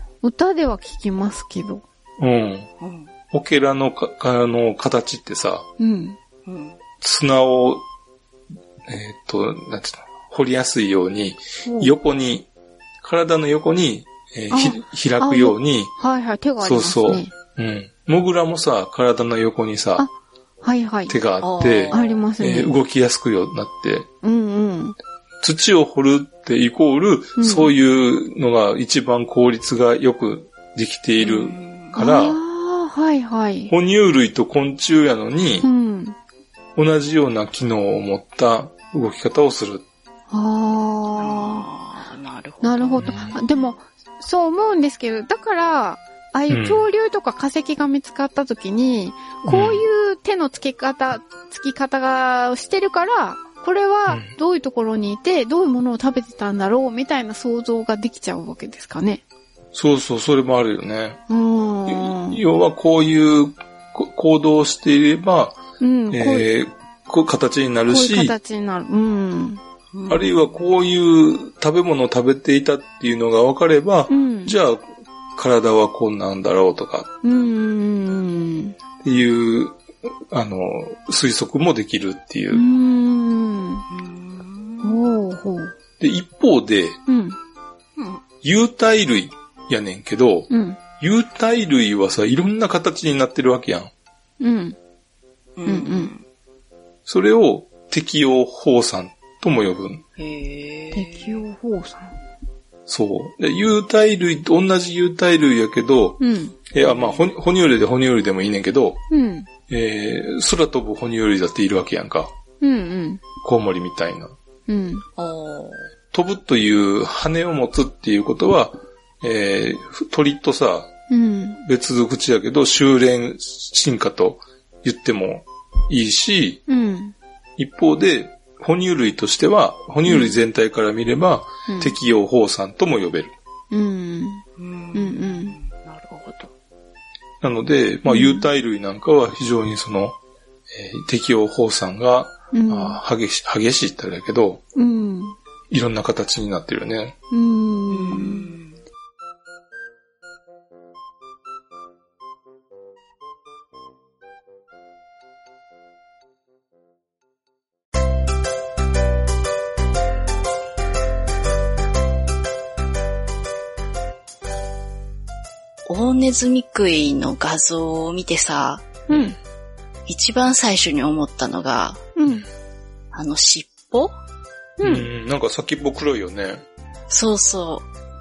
歌では聞きますけど。 うん。うん、オケラのか、あの、形ってさ、うん、砂を、えっと、なんていうの、掘りやすいように、横に、体の横に、えー、ひ開くように。 はいはい、手がありますね。そうそう。 うん。モグラもさ、体の横にさ、 はいはい。 手があって、 ありますね、 えー。動きやすくようになって、 うんうん。 土を掘るってイコール、うん、そういうのが一番効率がよくできているから、 ああ、はいはい。 哺乳類と昆虫やのに、うん、同じような機能を持った動き方をする。 ああ、なるほど。なるほど。でも、そう思うんですけど、だから、ああいう恐竜とか化石が見つかった時に、うん、こういう手の付け方、付き方がしてるから、これはどういうところにいて、どういうものを食べてたんだろう、みたいな想像ができちゃうわけですかね。 そうそう、それもあるよね。うん。要はこういう行動をしていれば、うん、えー、こういう形になるし、 こういう形になる。うん。 あるいはこういう食べ物を食べていたっていうのが分かれば、うん、じゃあ体はこんなんだろうとか、うん、っていう、あの、推測もできるっていう。うん、ほうほう。で、一方で、うん、有袋類やねんけど、うん、有袋類はさ、いろんな形になってるわけやん。うん。うんうん。それを適応放散とも呼ぶ。 へー。適応放散。 そう。で、有袋類と同じ有袋類やけど、うん。いや、まあ、哺乳類で哺乳類でもいいねんけど、うん。えー、空飛ぶ哺乳類だっているわけやんか。うんうん。コウモリみたいな。うん。飛ぶという羽を持つっていうことは、えー、鳥とさ、うん、別口やけど、修練進化と言ってもいいし、うん、一方で、哺乳類としては、哺乳類全体から見れば、うん、適応放散とも呼べる。うん。うんうん。なるほど。 なので、まあ、有袋類なんかは非常にその、えー、適応放散が、うん、あ激しい、激しいってあれだけど、うん、いろんな形になってるよね。うーんオオネズミクイの画像を見てさ、うん、一番最初に思ったのが、うん、あの尻尾、 うん、うん、なんか先っぽ黒いよね。 そうそう。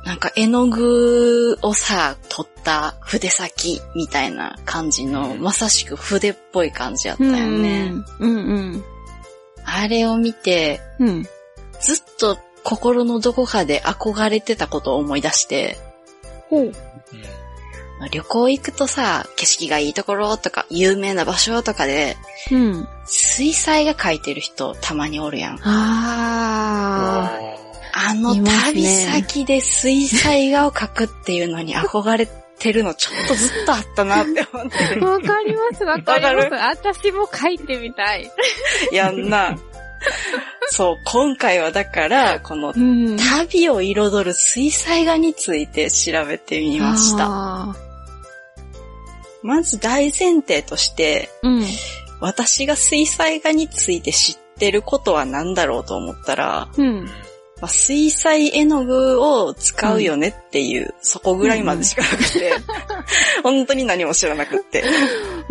なんか絵の具をさ、取った筆先みたいな感じの、うん、まさしく筆っぽい感じやったよね。うんうん、あれを見て、うん、ずっと心のどこかで憧れてたことを思い出して、ほう旅行行くとさ、景色がいいところとか、有名な場所とかで、うん、水彩が描いてる人たまにおるやん。ああの旅先で水彩画を描くっていうのに憧れてるのちょっとずっとあったなって思ってる。 わかりますわかります。私も描いてみたい。 やんな。そう、今回はだから、この旅を彩る水彩画について調べてみました。まず大前提として、うん、私が水彩画について知ってることは何だろうと思ったら、うんまあ、水彩絵の具を使うよねっていう、うん、そこぐらいまでしかなくて、うん、本当に何も知らなくって、うん。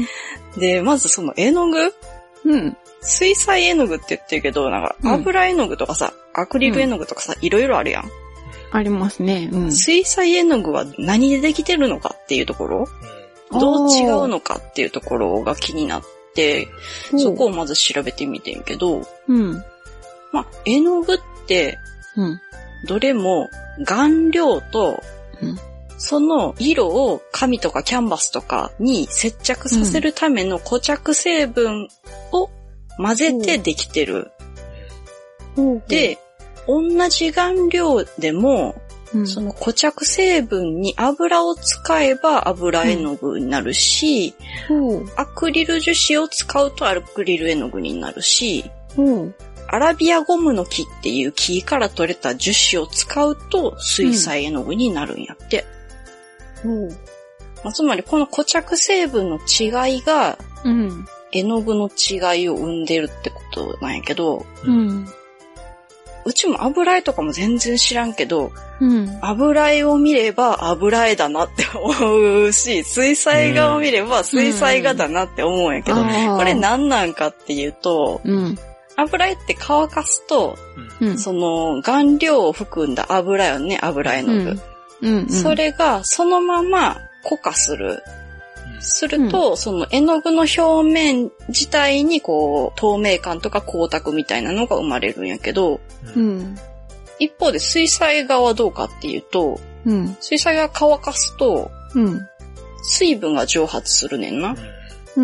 で、まずその絵の具、うん、水彩絵の具って言ってるけど、なんか油絵の具とかさ、うん、アクリル絵の具とかさ、いろいろあるやん。 ありますね、うん。 水彩絵の具は何でできてるのかっていうところ、うん、どう違うのかっていうところが気になって、そこをまず調べてみてんけど、うん、まあ、絵の具って、うん、どれも顔料と、うん、その色を紙とかキャンバスとかに接着させるための固着成分を混ぜてできてる。うん、で、同じ顔料でも、うん、その固着成分に油を使えば油絵の具になるし、うん、アクリル樹脂を使うとアクリル絵の具になるし、うん、アラビアゴムの木っていう木から取れた樹脂を使うと水彩絵の具になるんやって。うんまあ、つまりこの固着成分の違いが、うん、絵の具の違いを生んでるってことなんやけど、うんうちも油絵とかも全然知らんけど、うん、油絵を見れば油絵だなって思うし、水彩画を見れば水彩画だなって思うんやけど、うん、これ何なんかっていうと、うん、油絵って乾かすと、うん、その顔料を含んだ油よね、油絵の具、うんうんうん。それがそのまま固化する。すると、うん、その絵の具の表面自体にこう透明感とか光沢みたいなのが生まれるんやけど、うん、一方で水彩画はどうかっていうと、うん、水彩画乾かすと、うん、水分が蒸発するねんな。うん、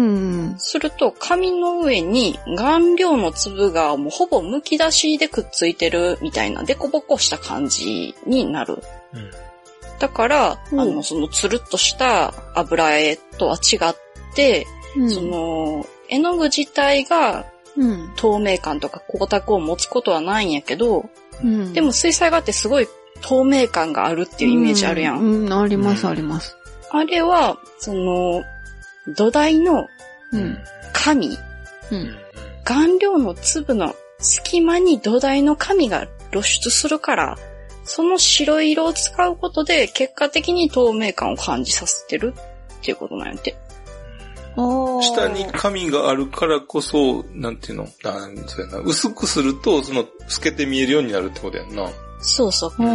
すると紙の上に顔料の粒がもうほぼ剥き出しでくっついてるみたいなデコボコした感じになる。うんだから、うん、あの、そのつるっとした油絵とは違って、うん、その、絵の具自体が透明感とか光沢を持つことはないんやけど、うん、でも水彩画ってすごい透明感があるっていうイメージあるやん。 うん、うん、ありますあります。 あれは、その、土台の紙、うん、顔料の粒の隙間に土台の紙が露出するから、その白色を使うことで結果的に透明感を感じさせてるっていうことなんやって。 下に紙があるからこそ、なんていうのなんそうやな薄くすると、その透けて見えるようになるってことやんな。 そうそう。うん、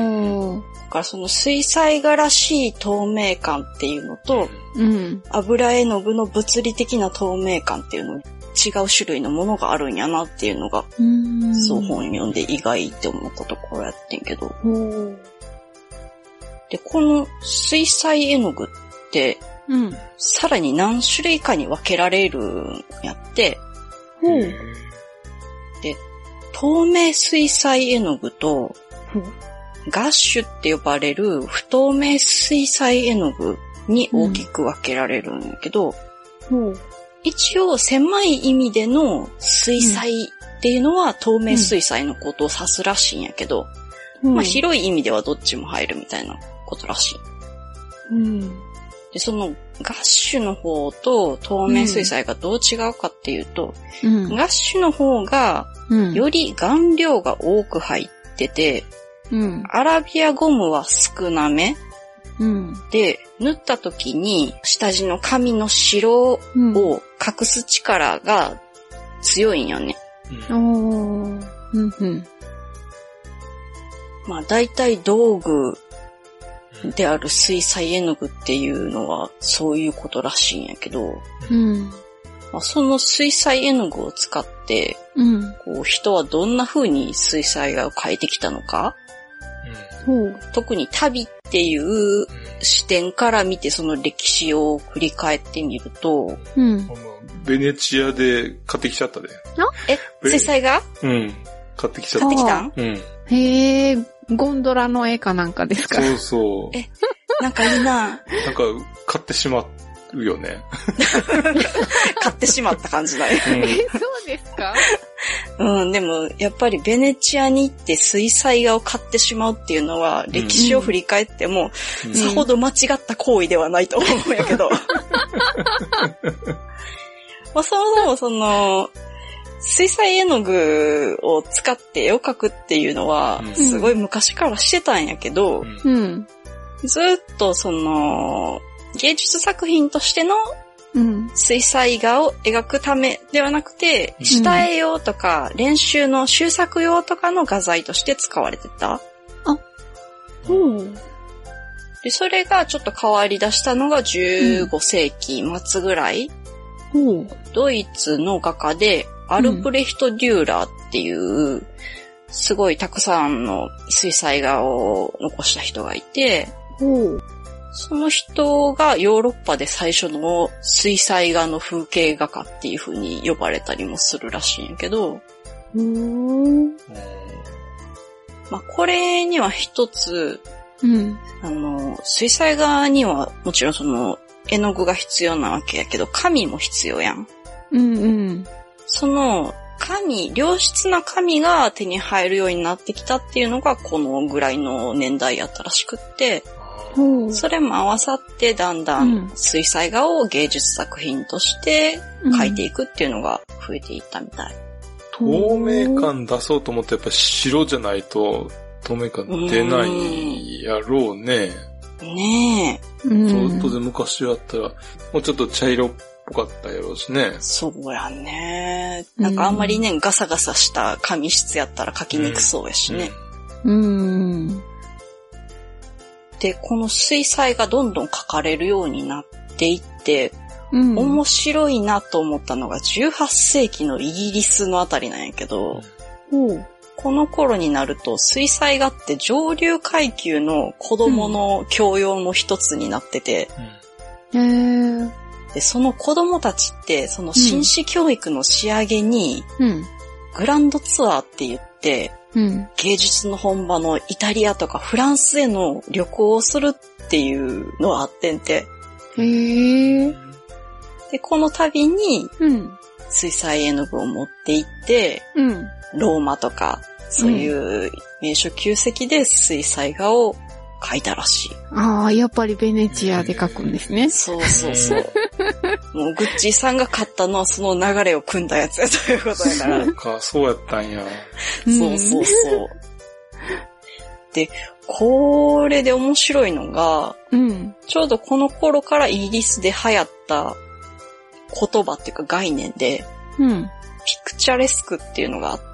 だからその水彩画らしい透明感っていうのと、うん、油絵の具の物理的な透明感っていうの違う種類のものがあるんやなっていうのが、うんそう本読んで意外って思ったところやってんけど。で、この水彩絵の具って、うん、さらに何種類かに分けられるんやって、うん、で、透明水彩絵の具と、うん、ガッシュって呼ばれる不透明水彩絵の具に大きく分けられるんやけど、うん、一応狭い意味での水彩っていうのは透明水彩のことを指すらしいんやけど、うん、まあ広い意味ではどっちも入るみたいなことらしい。うん、でそのガッシュの方と透明水彩がどう違うかっていうと、うん、ガッシュの方がより顔料が多く入ってて、うん、アラビアゴムは少なめ、うん、で塗った時に下地の紙の白を隠す力が強いんよね。うんうんうん、まあ大体道具である水彩絵の具っていうのはそういうことらしいんやけど、うんまあ、その水彩絵の具を使って、うん、こう人はどんな風に水彩画を描いてきたのか、うん、特に旅っていう視点から見てその歴史を振り返ってみると、うん、 ベネチアで買ってきちゃったで。 え、水彩画？ うん。買ってきちゃった。 買ってきたん？ うん。 へー。ゴンドラの絵かなんかですか？ そうそう。 え、なんかいいな。 なんか買ってしまうよね。 買ってしまった感じだね。 うん、え、そうですか？ うん、でもやっぱりベネチアに行って水彩画を買ってしまうっていうのは、うん、歴史を振り返っても、うん、さほど間違った行為ではないと思うんやけど。まあ、そもそもその、水彩絵の具を使って絵を描くっていうのは、すごい昔からしてたんやけど、うん、ずっとその、芸術作品としての水彩画を描くためではなくて、うん、下絵用とか練習の修作用とかの画材として使われてた。あ、うん。で、それがちょっと変わり出したのがじゅうごせいき末ぐらい、うん、ドイツの画家で、アルプレヒト・デューラーっていう、すごいたくさんの水彩画を残した人がいて、その人がヨーロッパで最初の水彩画の風景画家っていう風に呼ばれたりもするらしいんやけど、うーんまあ、これには一つ、うん、あの、水彩画にはもちろんその絵の具が必要なわけやけど、紙も必要やん。うんうん。その紙、良質な紙が手に入るようになってきたっていうのがこのぐらいの年代やったらしくって、うん、それも合わさってだんだん水彩画を芸術作品として描いていくっていうのが増えていったみたい。 うん、透明感出そうと思ってやっぱ白じゃないと透明感出ないやろうね。 ねえ。 うん、当然昔やったらもうちょっと茶色っぽかったやろうしね。 そうやね。なんかあんまりね、うん、ガサガサした紙質やったら描きにくそうやしね。うん。うんで、この水彩がどんどん描かれるようになっていって、うん、面白いなと思ったのがじゅうはっせいきのイギリスのあたりなんやけど、うん、この頃になると水彩画って上流階級の子供の教養の一つになってて、うん、へーでその子供たちってその紳士教育の仕上げに、うん、グランドツアーって言って、うん、芸術の本場のイタリアとかフランスへの旅行をするっていうのがあってんて。へー。で、この旅に、水彩絵の具を持って行って、うん、ローマとか、そういう名所旧跡で水彩画を描いたらしい。 ああ、やっぱりベネチアで描くんですね。 そうそうそう。もうグッチーさんが買ったのはその流れを組んだやつやということやから。 そうか、そうやったんや。 そうそうそう。で、これで面白いのが、うん、ちょうどこの頃からイギリスで流行った言葉っていうか概念で、うん、ピクチャレスクっていうのがあって、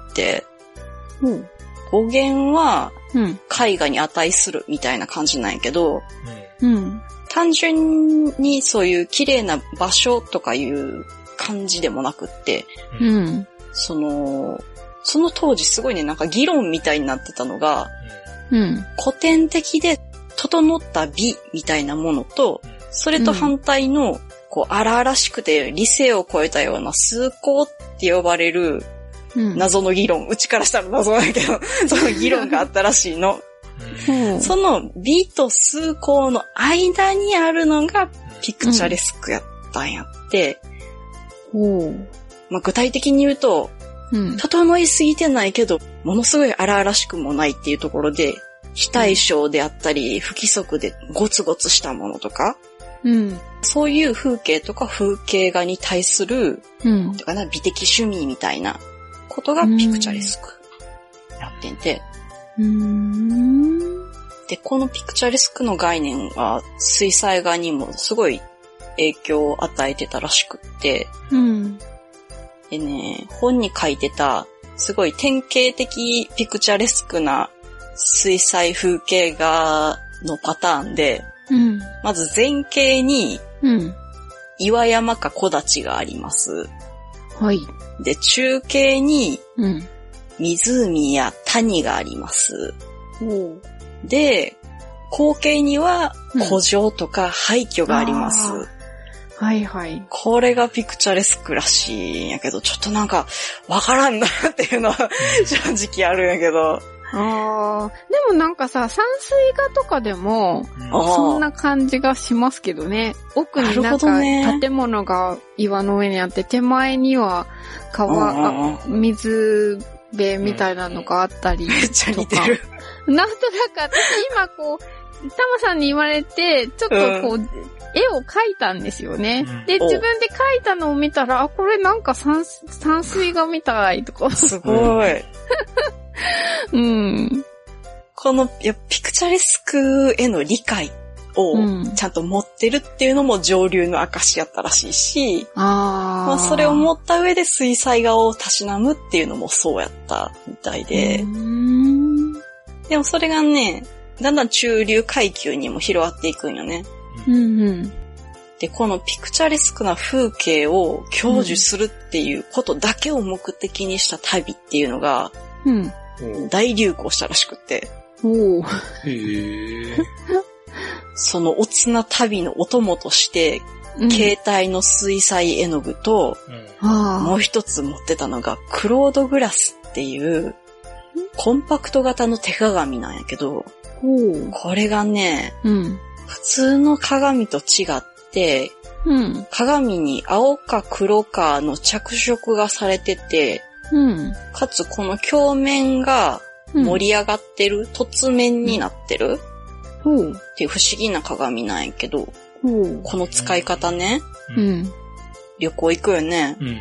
うん、語源は絵画に値するみたいな感じなんやけど、うんうん、単純にそういう綺麗な場所とかいう感じでもなくって、うん、その、その当時すごいね、なんか議論みたいになってたのが、うん、古典的で整った美みたいなものと、それと反対の、うん、こう荒々しくて理性を超えたような崇高って呼ばれる謎の議論、うん、うちからしたら謎なんだけど、その議論があったらしいの。 うん、その美と崇高の間にあるのがピクチャレスクやったんやって、うん、まあ、具体的に言うと、うん、整いすぎてないけど、ものすごい荒々しくもないっていうところで、非対称であったり、不規則でゴツゴツしたものとか、うん、そういう風景とか風景画に対する、うん、とかな美的趣味みたいなことがピクチャレスクやってんて、うーん、で、このピクチャレスクの概念は水彩画にもすごい影響を与えてたらしくって、うん、でね、本に書いてたすごい典型的ピクチャレスクな水彩風景画のパターンで、うん、まず前景に、うん、岩山か木立があります。はい。で、中景に、うん、湖や谷があります。うん、で、後景には古城とか廃墟があります。うん、はいはい。これがピクチャレスクらしいんやけど、ちょっとなんかわからんなっていうのは正直あるんやけど。 ああ、でもなんかさ、山水画とかでも、そんな感じがしますけどね。奥になんか建物が岩の上にあって、手前には川、水辺みたいなのがあったりとか。 めっちゃ似てる。 なんとなく私今こう、タマさんに言われて、ちょっとこう、うん、絵を描いたんですよね。で、自分で描いたのを見たら、あ、これなんか山、山水画みたいとか。 すごい。 うん、 このいやピクチャレスクへの理解をちゃんと持ってるっていうのも上流の証やったらしいし、あまあ、それを持った上で水彩画をたしなむっていうのもそうやったみたいで、うーん、でもそれがね、だんだん中流階級にも広がっていくんよね。うんうん、で、このピクチャレスクな風景を享受するっていうことだけを目的にした旅っていうのが、うん、大流行したらしくって。おー。へー。そのおつな旅のお供として、うん、携帯の水彩絵の具と、うん、もう一つ持ってたのがクロードグラスっていうコンパクト型の手鏡なんやけど、これがね、うん、普通の鏡と違って、うん、鏡に青か黒かの着色がされてて、うん、かつこの鏡面が盛り上がってる、うん、凸面になってる、うん、っていう不思議な鏡なんやけど、うん、この使い方ね、うん、旅行行くよね、うん、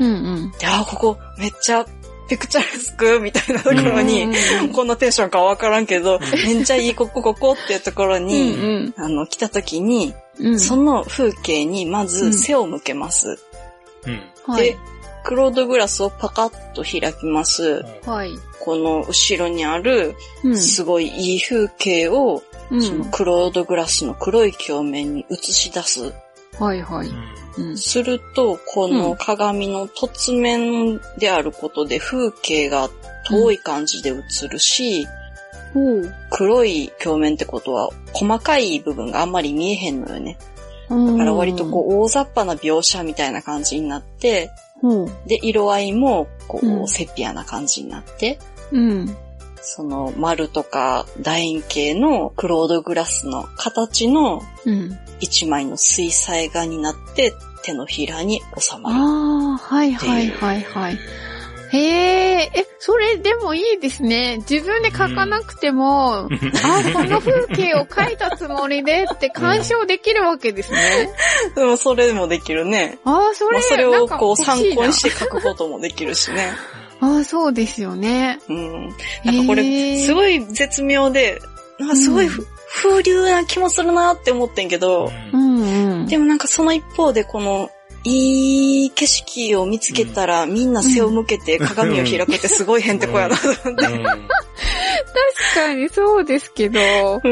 で、あ、ここめっちゃピクチャレスクみたいなところに、うん、こんなテンションかわからんけど、めっちゃいいここここっていうところに、うんうん、あの来た時に、うん、その風景にまず背を向けます。うん、で、はい、クロードグラスをパカッと開きます。はい。この後ろにある、すごいいい風景を、うん、そのクロードグラスの黒い鏡面に映し出す。はいはい。うん、すると、この鏡の凸面であることで風景が遠い感じで映るし、うん、黒い鏡面ってことは細かい部分があんまり見えへんのよね。だから割とこう大雑把な描写みたいな感じになって、うん、で、色合いも、こう、うん、セピアな感じになって、うん、その、丸とか楕円形のクロードグラスの形の一枚の水彩画になって手のひらに収まる。 ああ、はいはいはいはい。へえ、え、それでもいいですね。自分で描かなくても、うん、あ、この風景を描いたつもりでって鑑賞できるわけですね。 でもそれでもできるね。 ああ、それ、 まあ、それをこう参考にして描くこともできるしね。 ああ、そうですよね。 うん。なんかこれ、すごい絶妙で、なんかすごい、うん、風流な気もするなって思ってんけど、うんうん、でもなんかその一方でこの、いい景色を見つけたら、うん、みんな背を向けて鏡を開くってすごいへんてこやなと思って、うん。確かにそうですけど。 うん。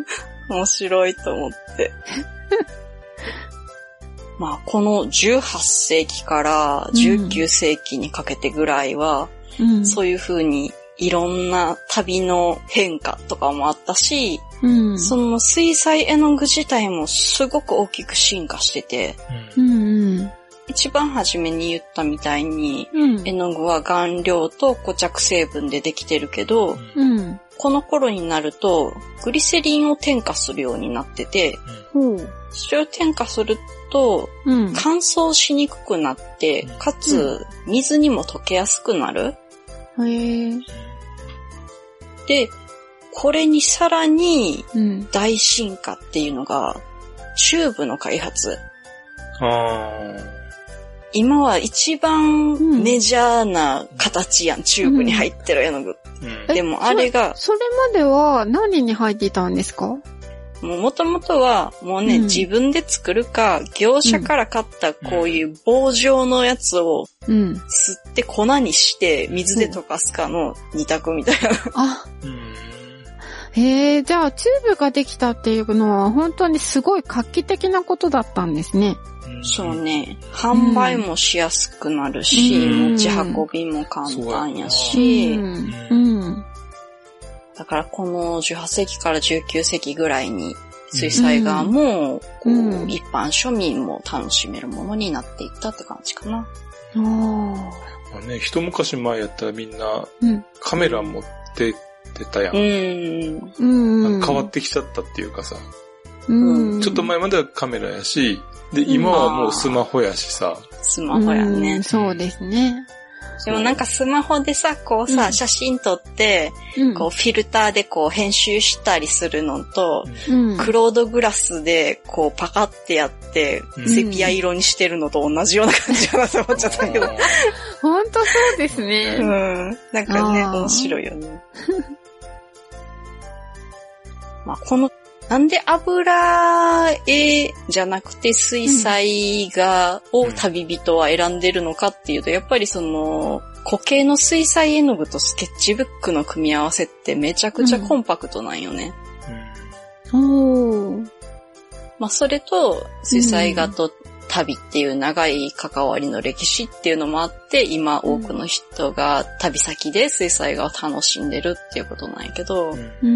面白いと思って。まあ、このじゅうはっせいきからじゅうきゅうせいきにかけてぐらいは、うん、そういう風にいろんな旅の変化とかもあったし、うん、その水彩絵の具自体もすごく大きく進化してて、うんうん、一番初めに言ったみたいに、うん、絵の具は顔料と固着成分でできてるけど、うん、 この頃になると、グリセリンを添加するようになってて、うん、それを添加すると、うん、乾燥しにくくなって、かつ、水にも溶けやすくなる。へー。で、これにさらに大進化っていうのが、チューブの開発。あー。今は一番メジャーな形やん、うん、チューブに入ってる絵の具。うん、でもあれがそ。それまでは何に入っていたんですか？ もう元々はもうね、うん、自分で作るか、業者から買ったこういう棒状のやつを吸って粉にして水で溶かすかの二択みたいな。あ、 へえ、じゃあチューブができたっていうのは本当にすごい画期的なことだったんですね。 そうね。販売もしやすくなるし、うん、持ち運びも簡単やし、うんうん、だからこのじゅうはっせいきからじゅうきゅうせいきぐらいに水彩画も、こう、うん、一般庶民も楽しめるものになっていったって感じかな。あまあね、一昔前やったらみんなカメラ持って出たやん。うん、変わってきちゃったっていうかさ、うん、ちょっと前まではカメラやし、で、今はもうスマホやしさ。 スマホやね。 そうですね。 でもなんかスマホでさ、こうさ、うん、写真撮って、うん、こうフィルターでこう編集したりするのと、うん、クロードグラスでこうパカってやって、うん、セピア色にしてるのと同じような感じかなと思っちゃったけど。 ほんとそうですね。 うん。なんかね、面白いよね。まあこのなんで油絵じゃなくて水彩画を旅人は選んでるのかっていうと、やっぱりその固形の水彩絵の具とスケッチブックの組み合わせってめちゃくちゃコンパクトなんよね。うん、おー。まあそれと水彩画と旅っていう長い関わりの歴史っていうのもあって、今多くの人が旅先で水彩画を楽しんでるっていうことなんやけど、うん、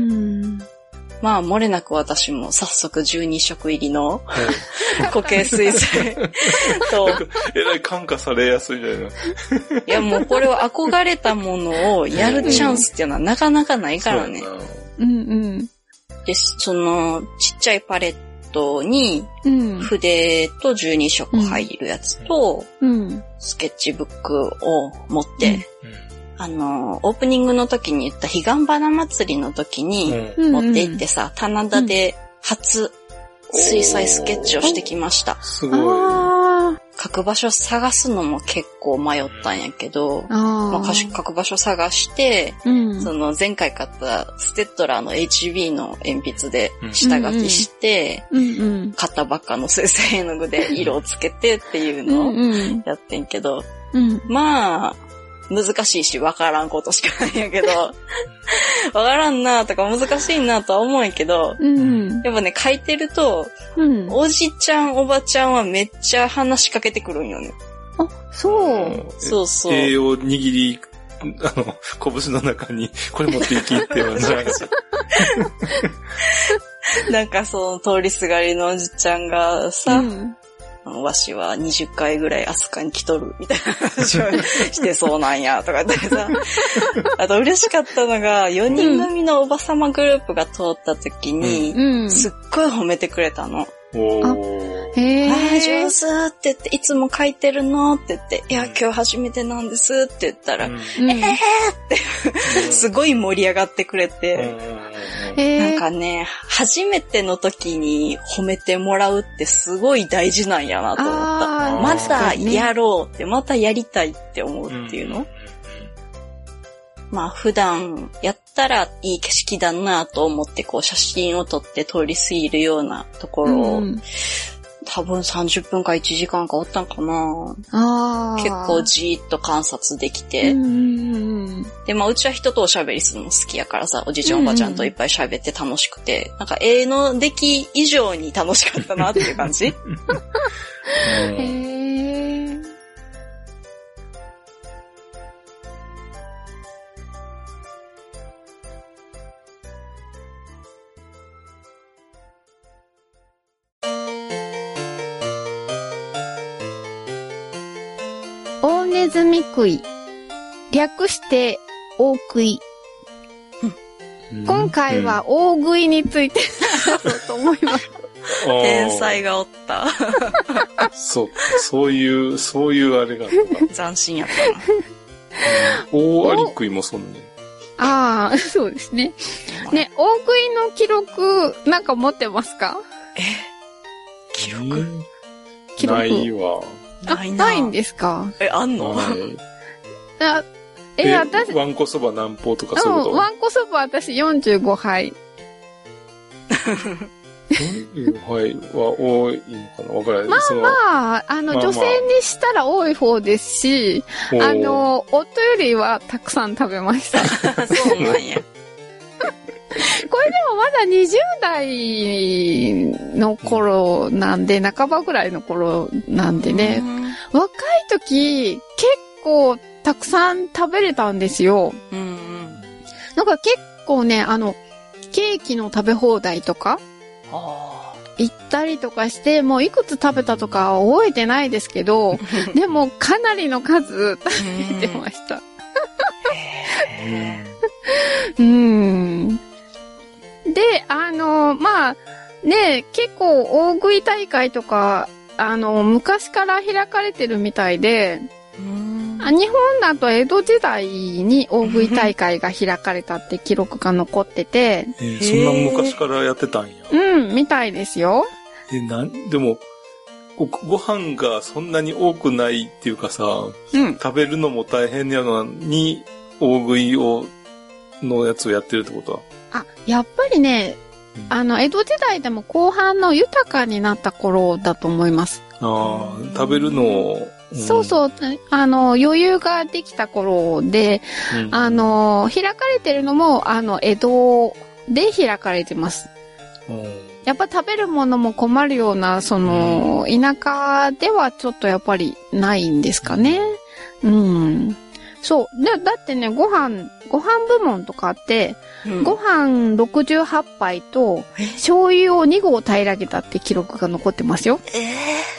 まあ漏れなく私も早速じゅうにしょく入りの固形水彩とえらい感化されやすいじゃないの。いやもうこれは憧れたものをやるチャンスっていうのはなかなかないからね。うんうん。で、そのちっちゃいパレットに筆とじゅうにしょく入るやつと、うんうん、スケッチブックを持って、うんうんあの、オープニングの時に言った彼岸花祭りの時に持って行ってさ、うん、棚田で初水彩スケッチをしてきました。すごい。書く場所探すのも結構迷ったんやけど、まあ、書く場所探して、うん、その前回買ったステッドラーの エイチビー の鉛筆で下書きして、うんうん、買ったばっかの水彩絵の具で色をつけてっていうのをやってんけど、うん、まあ、難しいし、わからんことしかないんやけど、わからんなとか難しいなとは思うんやけど、うん、やっぱね、書いてると、うん、おじちゃん、おばちゃんはめっちゃ話しかけてくるんよね。 あ、そう。 そうそう。栄養握り、あの、拳の中に、これ持っていきって言われた。 なんかその通りすがりのおじちゃんがさ、うんわしはにじゅっかいぐらいアスカに来とるみたいな話をしてそうなんやとかってさ。あと嬉しかったのがよにん組のおばさまグループが通った時に、うん、すっごい褒めてくれたの。おあへー。あー上手って言って、いつも書いてるのって言って、いや今日初めてなんですって言ったら、うん、えーってすごい盛り上がってくれて、うん、なんかね、初めての時に褒めてもらうってすごい大事なんやなと思った。またやろうって、またやりたいって思うっていうの、うんまあ普段やったらいい景色だなと思ってこう写真を撮って通り過ぎるようなところを、うん、多分さんじゅっぷんかいちじかんかおったんかな。あ結構じーっと観察できて、うん、でまあうちは人とおしゃべりするの好きやからさ、おじいちゃんおばちゃんといっぱい喋って楽しくて、うん、なんか絵の出来以上に楽しかったなっていう感じ。うんへー大ネズミ食い。略して大食い。 今回は大食いについて話そうと思います。 天才がおった。 そう、そういう、そういうあれがあった。 斬新やったな。 大アリクイもそんね。 ああ、そうですね。ね、大食いの記録、なんか持ってますか？ え記録、 記録ないわ。 ないな。ないんですか？ え、あんの？ あえ、私。 わんこそば何歩とかそういうこと？ うん、わんこそば私よんじゅうごはい。 よんじゅうごはいは多いのかなわからない。 まあまあ、あの、まあまあ、女性にしたら多い方ですし、あの、夫よりはたくさん食べました。 そうなんや。 これでもまだにじゅう代の頃なんで、半ばぐらいの頃なんでね、若い時、結構たくさん食べれたんですよ。うんうん、なんか結構ね、あの、ケーキの食べ放題とか、行ったりとかして、もういくつ食べたとか覚えてないですけど、でもかなりの数食べてました。うん。で、あの、まあ、ね、結構大食い大会とか、あの、昔から開かれてるみたいで、日本だと江戸時代に大食い大会が開かれたって記録が残ってて。 えー、そんな昔からやってたんや。 うん、みたいですよ。 え、なん、でも、ご、ご飯がそんなに多くないっていうかさ、うん、食べるのも大変やのに、大食いを、のやつをやってるってことは？ あ、やっぱりね、うん、あの、江戸時代でも後半の豊かになった頃だと思います。 ああ、食べるのを、 うん、そうそう、あの、余裕ができた頃で、うん、あの、開かれてるのも、あの、江戸で開かれてます。うん、やっぱ食べるものも困るような、その、うん、田舎ではちょっとやっぱりないんですかね。うん。そう。で、だってね、ご飯、ご飯部門とかあって、うん、ご飯ろくじゅうはちはいと、醤油をに合平らげたって記録が残ってますよ。え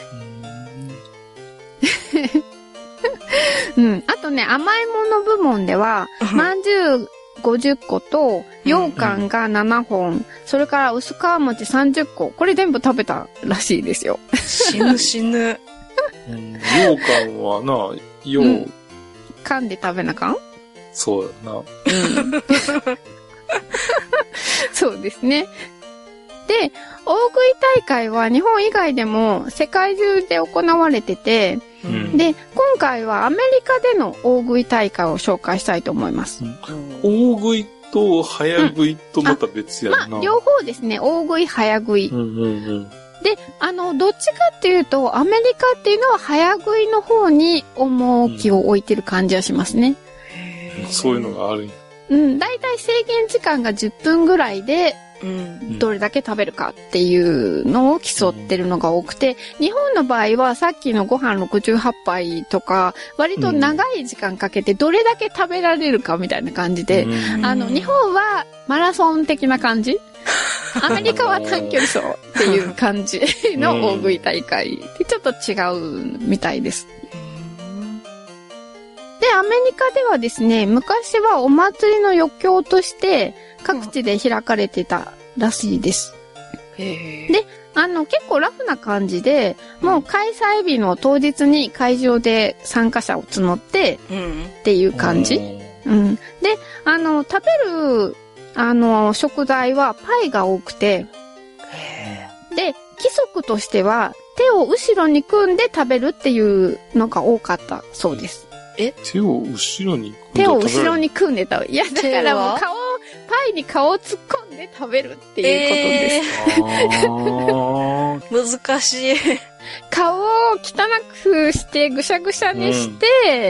ーうん。あとね、甘いもの部門では、まんじゅうごじゅっこと羊羹がななほん、うん、それから薄皮餅さんじゅっこ、これ全部食べたらしいですよ。 死ぬ死ぬ。 うん、羊羹はな、よう、うん、 噛んで食べなかん？ そうだな。うん。 そうですね。で、大食い大会は日本以外でも世界中で行われてて、うん、で、今回はアメリカでの大食い大会を紹介したいと思います。うん、 大食いと早食いとまた別やな、 うんまあ、両方ですね。大食い、早食い。うんうんうんで、あの、どっちかっていうと、アメリカっていうのは早食いの方に重きを置いてる感じはしますね。 うん、そういうのがあるんや。 うん、だいたい制限時間がじゅっぷんぐらいで、うん、どれだけ食べるかっていうのを競ってるのが多くて、うん、日本の場合はさっきのご飯ろくじゅうはちはいとか、割と長い時間かけてどれだけ食べられるかみたいな感じで、うん、あの、日本はマラソン的な感じアメリカは短距離走っていう感じの大食い大会でちょっと違うみたいです。で、アメリカではですね、昔はお祭りの余興として各地で開かれてたらしいです。へー。で、あの、結構ラフな感じで、もう開催日の当日に会場で参加者を募ってっていう感じ。うん。で、あの、食べるあの、食材はパイが多くて、で、規則としては手を後ろに組んで食べるっていうのが多かったそうです。 え手を後ろに組んで食べる？手を後ろに組んで食べる。いや、だからもう顔、パイに顔を突っ込んで食べるっていうことです。 えー、難しい。 顔を汚くしてぐしゃぐしゃにして、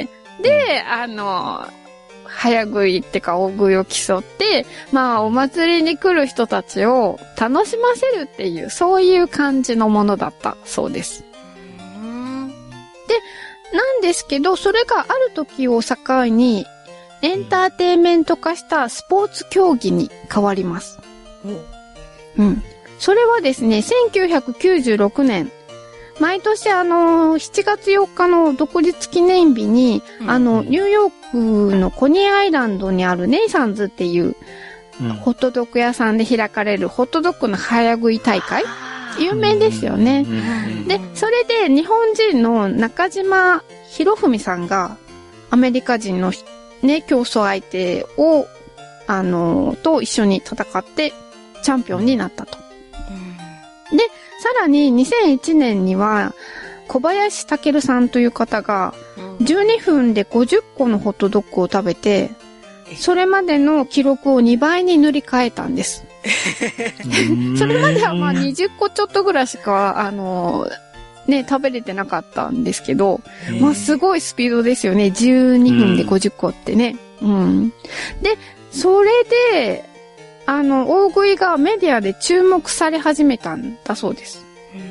うん、で、あの、早食いってか大食いを競って、まあお祭りに来る人たちを楽しませるっていう、そういう感じのものだったそうです。で、なんですけど、それがある時を境に、エンターテインメント化したスポーツ競技に変わります。うん。うん。それはですね、せんきゅうひゃくきゅうじゅうろくねん、毎年あの、しちがつよっかの独立記念日に、うん、あの、ニューヨークのコニーアイランドにあるネイサンズっていう、 うん、ホットドッグ屋さんで開かれるホットドッグの早食い大会。有名ですよね。で、それで日本人の中島博文さんがアメリカ人のね、競争相手を、あの、と一緒に戦ってチャンピオンになったと。で、さらににせんいちねんには小林健さんという方がじゅうにふんでごじゅっこのホットドッグを食べて、それまでの記録をにばいに塗り替えたんです。それまではまあにじゅっこちょっとぐらいしか、あの、ね、食べれてなかったんですけど、まあすごいスピードですよね。じゅうにふんでごじゅっこってね。うん。で、それで、あの、大食いがメディアで注目され始めたんだそうです。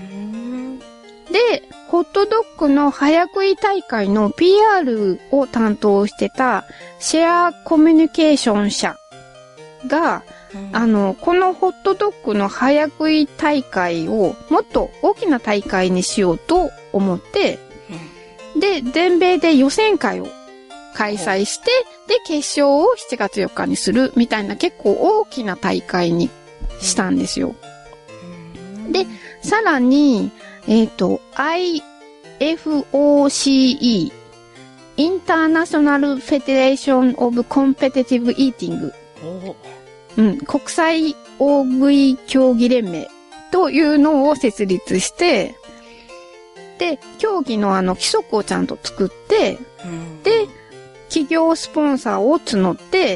で、ホットドッグの早食い大会の ピーアール を担当してたシェアコミュニケーション社が、うん、あの、このホットドッグの早食い大会をもっと大きな大会にしようと思って、うん、で、全米で予選会を開催して、で、決勝をしちがつよっかにするみたいな結構大きな大会にしたんですよ。うん、で、さらに、えっと、アイエフオーシーイー、International Federation of Competitive Eating、うん、国際大食い競技連盟というのを設立して、で、競技のあの規則をちゃんと作って、うん、で、企業スポンサーを募って、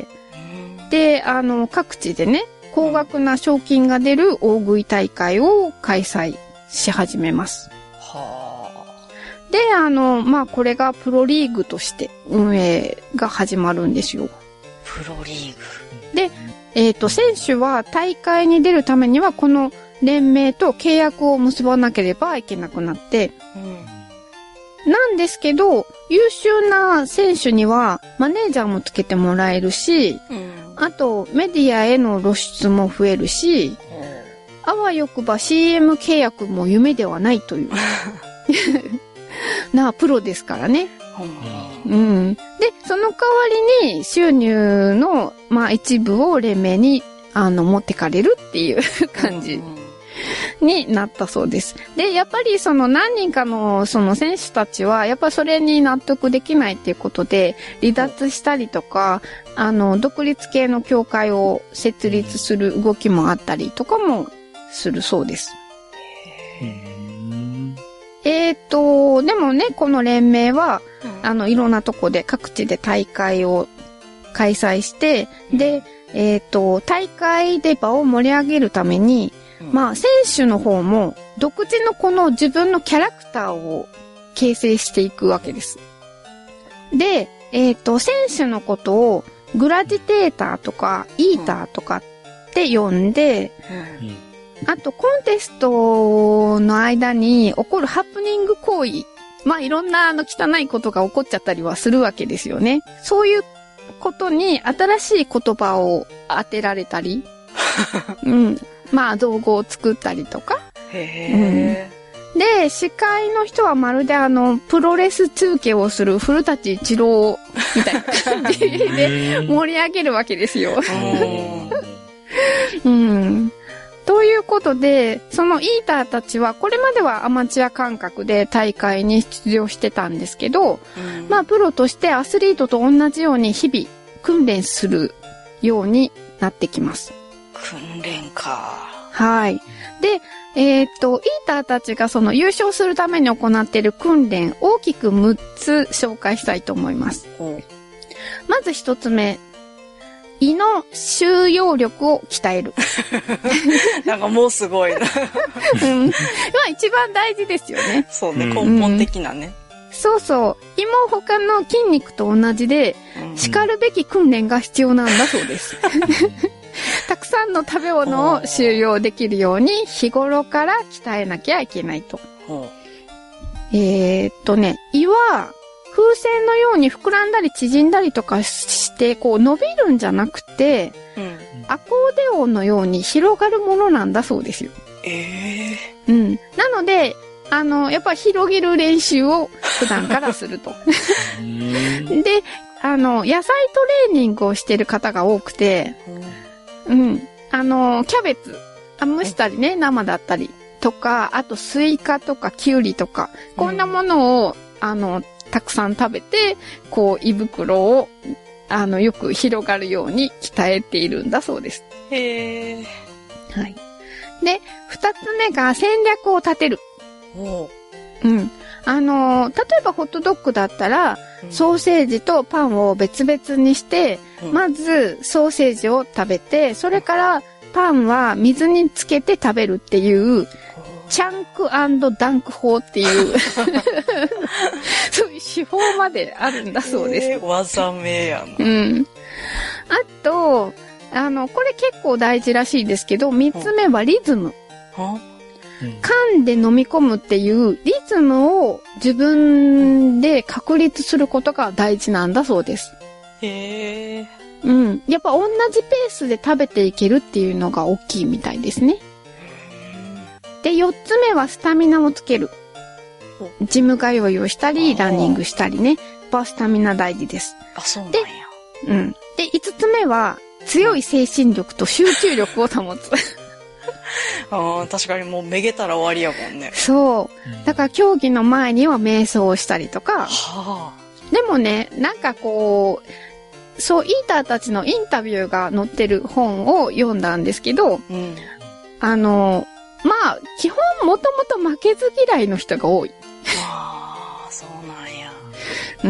うん、で、あの、各地でね、高額な賞金が出る大食い大会を開催し始めます。はあ。で、あの、まあ、これがプロリーグとして運営が始まるんですよ。 プロリーグ。 で、えっと、選手は大会に出るためにはこの連盟と契約を結ばなければいけなくなって、うん、なんですけど、優秀な選手にはマネージャーもつけてもらえるし、うん、あとメディアへの露出も増えるし、あわよくば シーエム 契約も夢ではないという。なあ、プロですからね。うん。で、その代わりに収入の、まあ一部を連盟に、あの、持ってかれるっていう感じになったそうです。で、やっぱりその何人かのその選手たちは、やっぱそれに納得できないっていうことで、離脱したりとか、あの、独立系の協会を設立する動きもあったりとかもするそうです。えーと、でもね、この連盟は、うん、あの、いろんなとこで各地で大会を開催して、で、えーと、大会で場を盛り上げるために、うん、まあ、選手の方も独自のこの自分のキャラクターを形成していくわけです。で、えーと、選手のことをグラディテーターとかイーターとかって呼んで、うんうんあと、コンテストの間に起こるハプニング行為。まあ、いろんなあの汚いことが起こっちゃったりはするわけですよね。そういうことに新しい言葉を当てられたり。うん。まあ、造語を作ったりとか。へー。うん、で、司会の人はまるであの、プロレス中継をする古舘一郎みたいな感じで盛り上げるわけですよ。うん。ということで、そのイーターたちは、これまではアマチュア感覚で大会に出場してたんですけど、うん、まあ、プロとしてアスリートと同じように日々訓練するようになってきます。 訓練か。 はい。で、えー、っと、イーターたちがその優勝するために行っている訓練、大きくむっつ紹介したいと思います。うん、まず一つ目。胃の収容力を鍛える。 なんかもうすごいな。うん。まあ一番大事ですよね。 そうね、根本的なね。 うん、そうそう。胃も他の筋肉と同じで、うん、叱るべき訓練が必要なんだそうです。たくさんの食べ物を収容できるように日頃から鍛えなきゃいけないと。えーっとね、胃は、風船のように膨らんだり縮んだりとかして、こう伸びるんじゃなくて、うん、アコーデオンのように広がるものなんだそうですよ。ええー。うん。なので、あの、やっぱ広げる練習を普段からすると。で、あの、野菜トレーニングをしてる方が多くて、 うん。あの、キャベツ。あ、蒸したりね、生だったりとか、あとスイカとかキュウリとか、こんなものを、うん、あの、たくさん食べて、こう、胃袋を、あの、よく広がるように鍛えているんだそうです。 へー。 はい。で、二つ目が戦略を立てる。 おう。 うん。あの、例えばホットドッグだったら、うん、ソーセージとパンを別々にして、うん、まずソーセージを食べて、それからパンは水につけて食べるっていう、チャンク&ダンク法っていうそういう手法まであるんだそうです。 えー、技名やな。 うん。あと、あの、これ結構大事らしいですけど、三つ目はリズム。 は噛んで飲み込むっていうリズムを自分で確立することが大事なんだそうです。 へー。 うん。やっぱ同じペースで食べていけるっていうのが大きいみたいですね。で、四つ目はスタミナをつける。ジム通いをしたり、ランニングしたりね。やっぱスタミナ大事です。 あ、そうなんや。 で、うん。で、五つ目は強い精神力と集中力を保つ。 ああ、確かにもうめげたら終わりやもんね。 そう。だから競技の前には瞑想をしたりとか。 はあ、 でもね、なんかこう、そう、イーターたちのインタビューが載ってる本を読んだんですけど、 うん、 あの、まあ、基本もともと負けず嫌いの人が多い。 ああ、そうなんや。 うん、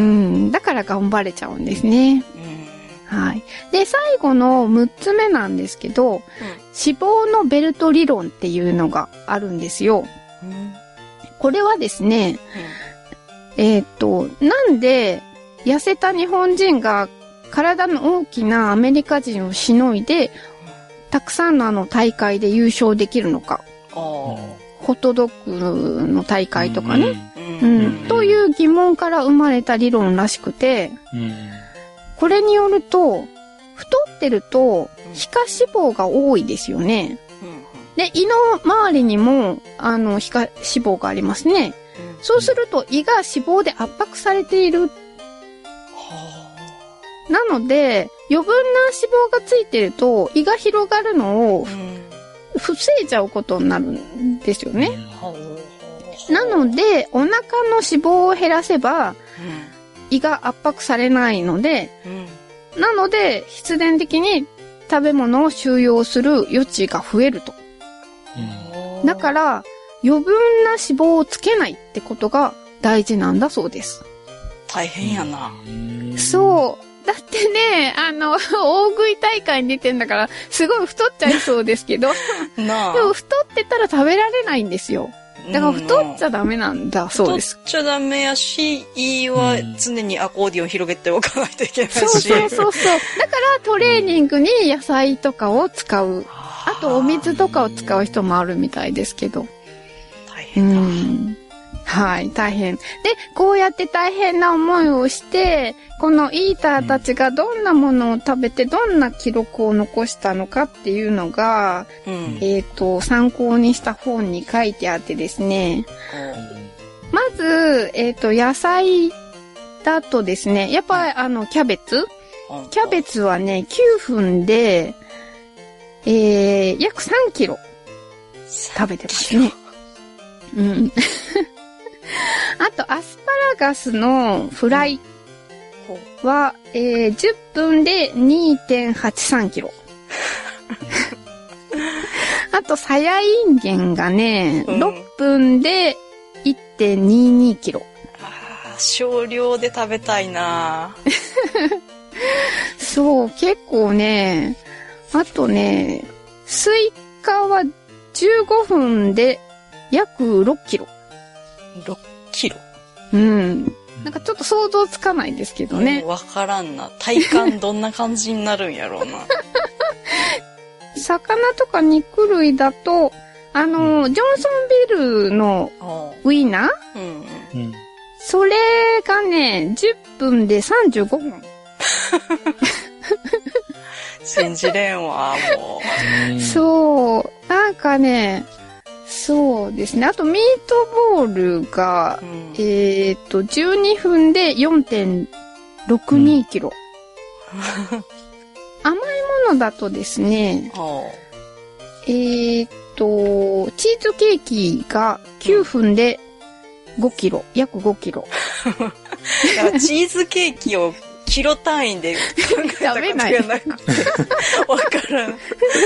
だから頑張れちゃうんですね。 うん、 はい。で、最後のむっつめなんですけど、うん、脂肪のベルト理論っていうのがあるんですよ。 うん、 これはですね、うん、えーっと、なんで痩せた日本人が体の大きなアメリカ人をしのいで、たくさんのあの大会で優勝できるのか。ホットドッグの大会とかね。うん。うん、という疑問から生まれた理論らしくて、 うん、 これによると、太ってると皮下脂肪が多いですよね。 うん、 で、胃の周りにも、あの、皮下脂肪がありますね。うん、そうすると胃が脂肪で圧迫されている。なので、余分な脂肪がついてると胃が広がるのを防いじゃうことになるんですよね。うん、なので、お腹の脂肪を減らせば、うん、胃が圧迫されないので、うん、なので、必然的に食べ物を収容する余地が増えると。うん、だから、余分な脂肪をつけないってことが大事なんだそうです。 大変やな。 そう。だってね、あの、大食い大会に出てんだから、すごい太っちゃいそうですけど。 なあ。 でも太ってたら食べられないんですよ。だから太っちゃダメなんだそうです。 太っちゃダメやし、胃は常にアコーディオン広げておかないといけないし。 そうそうそうそう。だからトレーニングに野菜とかを使う。あとお水とかを使う人もあるみたいですけど。 大変だ。 うんはい、大変。で、こうやって大変な思いをして、このイーターたちがどんなものを食べて、どんな記録を残したのかっていうのが、うん、えっと、参考にした本に書いてあってですね。うん、まず、えっと、野菜だとですね、やっぱりあの、キャベツ、うん、キャベツはね、きゅうふんで、えー、約さんキロ食べてますね。うん。あと、アスパラガスのフライは、えー、じゅっぷんで にてんはちさんキロ。あと、さやいんげんがね、うん、ろっぷんで いってんににキロ。 ああ、少量で食べたいなそう、結構ね、あとね、スイカはじゅうごふんで約ろっキロ。 ろっキロ。 うん。なんかちょっと想像つかないですけどね。 わからんな。体感どんな感じになるんやろうな。 魚とか肉類だと、あの、うん、ジョンソンビールのウインナー、 うんうん、 それがね、じゅっぷんでさんじゅうごふん。 信じれんわ、もう。そう。なんかね、そうですね。あと、ミートボールが、うん、えっと、じゅうにふんで よんてんろくにキロ。うん、甘いものだとですね、えーっと、チーズケーキがきゅうふんでごキロ、約ごキロ。 だからチーズケーキをキロ単位で考えたことがなくて、わからん。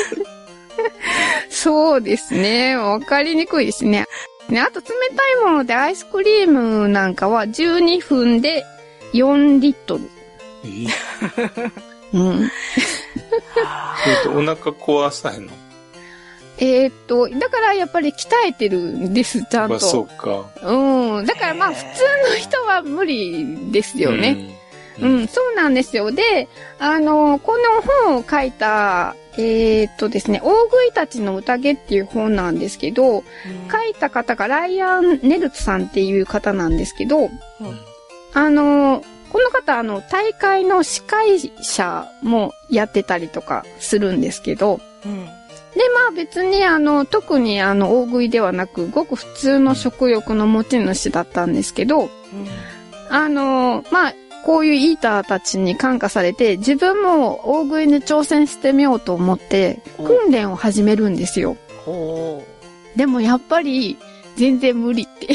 そうですね。わかりにくいですね。ね、あと冷たいものでアイスクリームなんかはじゅうにふんでよんリットル。 えー、 うん。 それとお腹壊さへんの？ えー、っと、だからやっぱり鍛えてるんです、ちゃんと。まあ、 そうか。 うん。だからまあ普通の人は無理ですよね。うん、うん、そうなんですよ。で、あの、この本を書いた、えー、っとですね、大食いたちの宴っていう本なんですけど、うん、書いた方がライアン・ネルツさんっていう方なんですけど、うん、あの、この方、あの、大会の司会者もやってたりとかするんですけど、うん、で、まあ別にあの、特にあの、大食いではなく、ごく普通の食欲の持ち主だったんですけど、うん、あの、まあ、こういうイーターたちに感化されて、自分も大食いに挑戦してみようと思って、訓練を始めるんですよ。でもやっぱり、全然無理って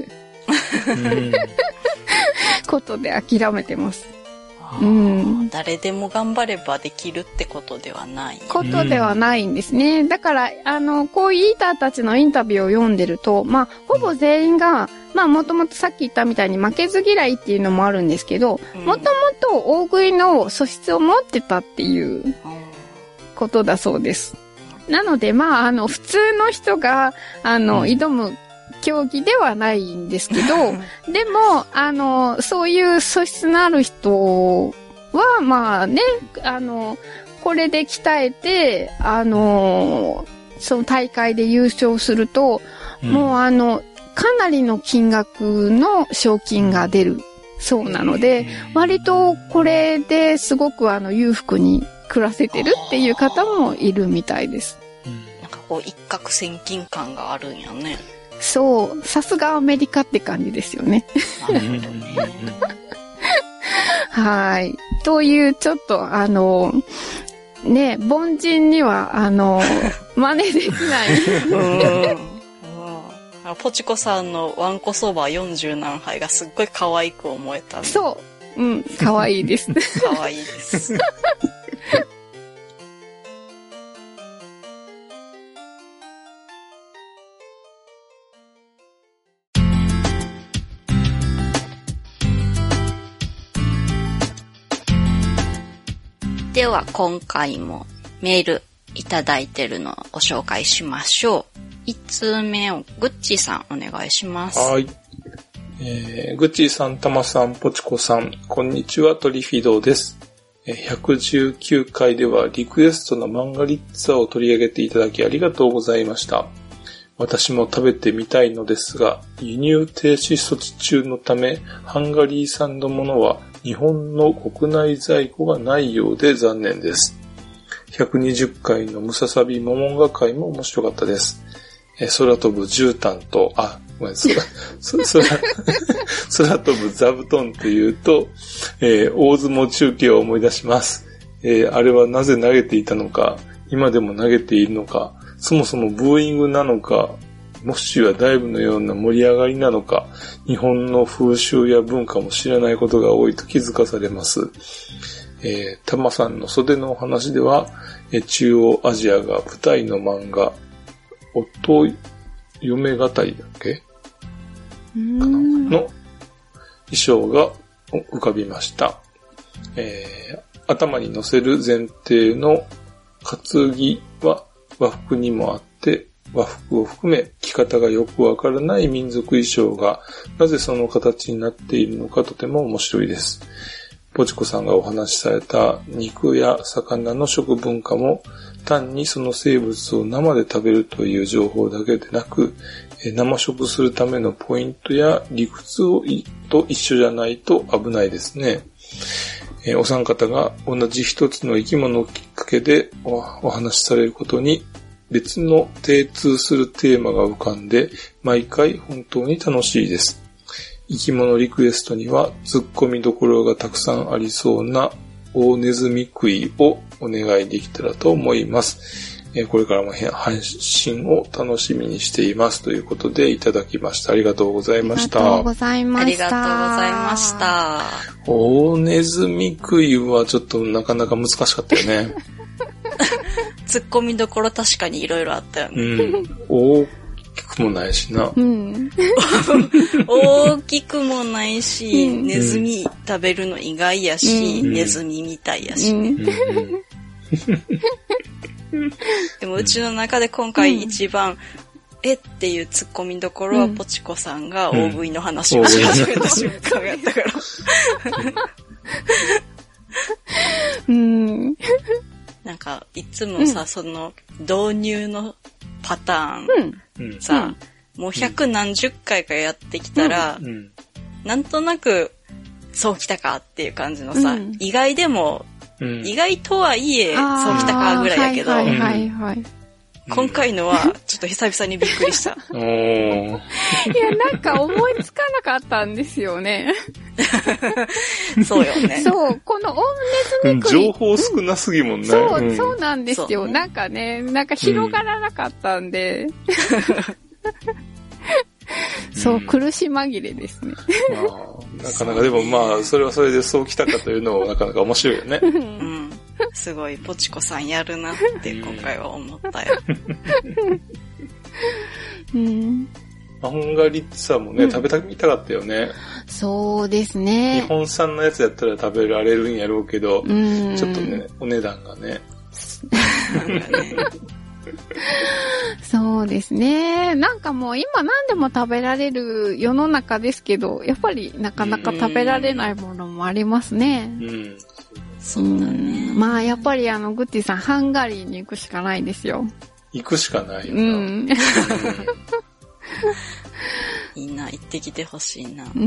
ことで諦めてます。 うん、誰でも頑張ればできるってことではない。 ことではないんですね。だから、あの、こういうイーターたちのインタビューを読んでると、まあ、ほぼ全員が、まあ、もともとさっき言ったみたいに負けず嫌いっていうのもあるんですけど、もともと大食いの素質を持ってたっていうことだそうです。なので、まあ、あの、普通の人が、あの、挑む競技ではないんですけど、でも、あの、そういう素質のある人は、まあね、あの、これで鍛えて、あの、その大会で優勝すると、うん、もうあの、かなりの金額の賞金が出るそうなので、割とこれですごくあの、裕福に暮らせてるっていう方もいるみたいです。 なんかこう、一攫千金感があるんやね。 そう、さすがアメリカって感じですよね。なるほどね。はい。という、ちょっと、あの、ね、凡人には、あの、真似できない。 うんポチコさんのワンコそばよんじゅうなんはいがすっごい可愛く思えた。 そう。うん、可愛いです。 可愛いです。では今回もメールいただいてるのをご紹介しましょう。いち通目をグッチーさんお願いします。 はい。えー、グッチーさん、タマさん、ポチコさん、こんにちは、トリフィドです。ひゃくじゅうきゅうかいではリクエストのマンガリッツァを取り上げていただきありがとうございました。私も食べてみたいのですが、輸入停止措置中のため、ハンガリー産のものは日本の国内在庫がないようで残念です。ひゃくにじゅっかいのムササビモモンガ会も面白かったです。え空飛ぶ絨毯と、あ、ごめん、空、空、空飛ぶ座布団というと、えー、大相撲中継を思い出します。えー、あれはなぜ投げていたのか、今でも投げているのか、そもそもブーイングなのか、もしくはダイブのような盛り上がりなのか、日本の風習や文化も知らないことが多いと気づかされます。えー、タマさんの袖のお話では、えー、中央アジアが舞台の漫画、音嫁語りだっけかなの衣装が浮かびました。えー、頭に乗せる前提の担ぎは和服にもあって、和服を含め着方がよくわからない民族衣装がなぜその形になっているのかとても面白いです。ポチコさんがお話しされた肉や魚の食文化も単にその生物を生で食べるという情報だけでなく、生食するためのポイントや理屈をと一緒じゃないと危ないですね。お三方が同じ一つの生き物をきっかけでお話しされることに別の精通するテーマが浮かんで毎回本当に楽しいです。生き物リクエストには突っ込みどころがたくさんありそうな大ネズミ食いをお願いできたらと思います。えー、これからも配信を楽しみにしていますということでいただきました。ありがとうございました。 ありがとうございました。 ありがとうございました。 大ネズミ食いはちょっとなかなか難しかったよね。 ツッコミどころ確かにいろいろあったよね。 うん。大きくもないしな。 うん、 大きくもないし、うん、ネズミ食べるの意外やし、うん、ネズミみたいやしね。うんでもうちの中で今回一番、うん、えっていうツッコミどころはポチコさんが オーブイ の話をし始めた瞬間やったから。 うん、 なんかいつもさ、うん、その導入のパターン、うん、さ、うん、もう百何十回かやってきたら、うん、なんとなくそうきたかっていう感じのさ、うん、意外でもうん、意外とはいえ、そうきたかぐらいだけど、 はいはいはい、 今回のはちょっと久々にびっくりした。 おーいや、なんか思いつかなかったんですよね。 そうよね。 そう、このオウネズミ食い。 情報少なすぎもんね。 そう、うん、そうなんですよ。なんかね、なんか広がらなかったんで。うんそう、うん、苦し紛れですね。 まあ、なかなかでもまあ、それはそれでそうきたかというのもなかなか面白いよね。 うん。すごい、ポチコさんやるなって今回は思ったよ。 うん。 マンガリッツァもね、うん、食べたみたかったよね。 そうですね。 日本産のやつやったら食べられるんやろうけど、うん、ちょっとね、お値段がね。 そうですね。なんかもう今何でも食べられる世の中ですけど、やっぱりなかなか食べられないものもありますね。 うん。うん、 そうだね。 まあやっぱりあのグッティさんハンガリーに行くしかないですよ。 行くしかないよな。 うん。 いいな、行ってきてほしいな。 うん。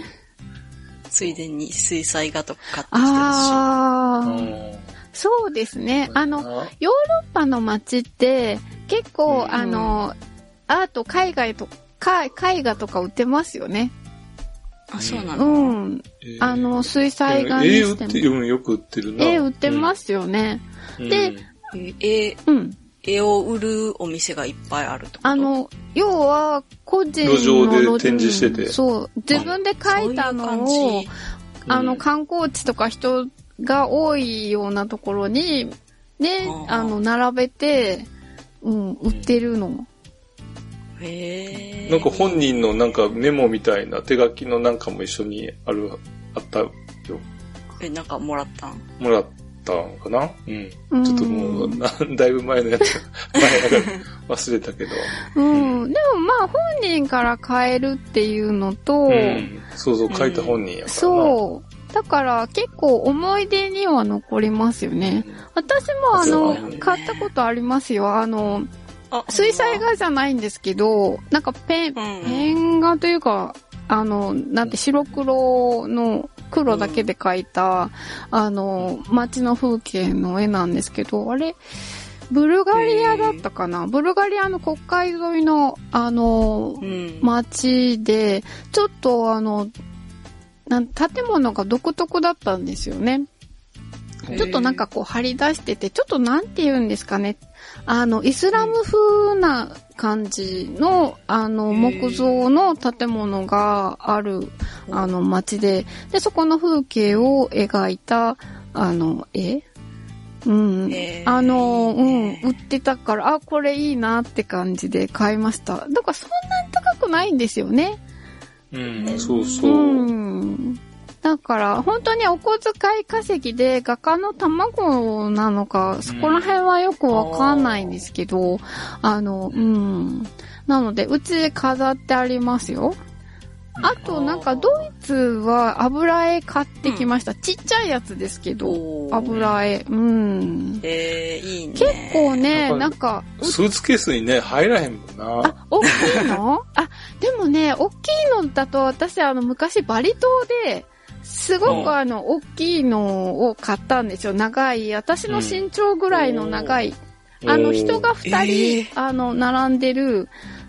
ついでに水彩画とか買ってきてほしい。 ああ。そうですね。あの、ヨーロッパの街って、結構、うん、あの、アート、海外とか、絵画とか売ってますよね。 あ、そうなの？ うん。えー、あの、水彩画にしても。 絵売って、よく売ってるな。 絵売ってますよね。うん、で、 絵、うん。絵を売るお店がいっぱいあると。 あの、要は、個人の路上で展示してて。 そう。自分で描いたのを、あ, あの、観光地とか人、が多いようなところに、ね、あの、並べて、うん、売ってるの。 へー。なんか本人のなんかメモみたいな手書きのなんかも一緒にある、あったよ。 え、なんかもらったん？ もらったんかな？うん。うん、ちょっともう、だいぶ前のやつ、前なんか忘れたけど。 うん。うん、でもまあ本人から買えるっていうのと、うん、 そうそう、書いた本人やからな。 そう。だから結構思い出には残りますよね。私もあの、買ったことありますよ。あの、水彩画じゃないんですけど、なんかペン、ペン画というか、あの、なんて白黒の黒だけで描いた、あの、街の風景の絵なんですけど、あれ、ブルガリアだったかな？ブルガリアの国海沿いの、あの、街で、ちょっとあの、なん建物が独特だったんですよね。ちょっとなんかこう張り出してて、ちょっとなんて言うんですかね。あの、イスラム風な感じの、あの、木造の建物がある、あの、街で、で、そこの風景を描いた、あの、絵うん。あの、うん、売ってたから、あ、これいいなって感じで買いました。だからそんなに高くないんですよね。 うん、そうそう。 うん。だから、本当にお小遣い稼ぎで画家の卵なのか、そこら辺はよくわかんないんですけど、うん、あの、うん。なので、うちで飾ってありますよ。あと、なんか、ドイツは油絵買ってきました。うん、ちっちゃいやつですけど、油絵。うん。 えー、いいね。 結構ね、なんか、 スーツケースにね、入らへんもんな。 あ、大きいのあ、でもね、大きいのだと、私、あの、昔、バリ島で、すごくあの、大きいのを買ったんですよ。長い、私の身長ぐらいの長い、うん、あの、人が二人、えー、あの、並んでる、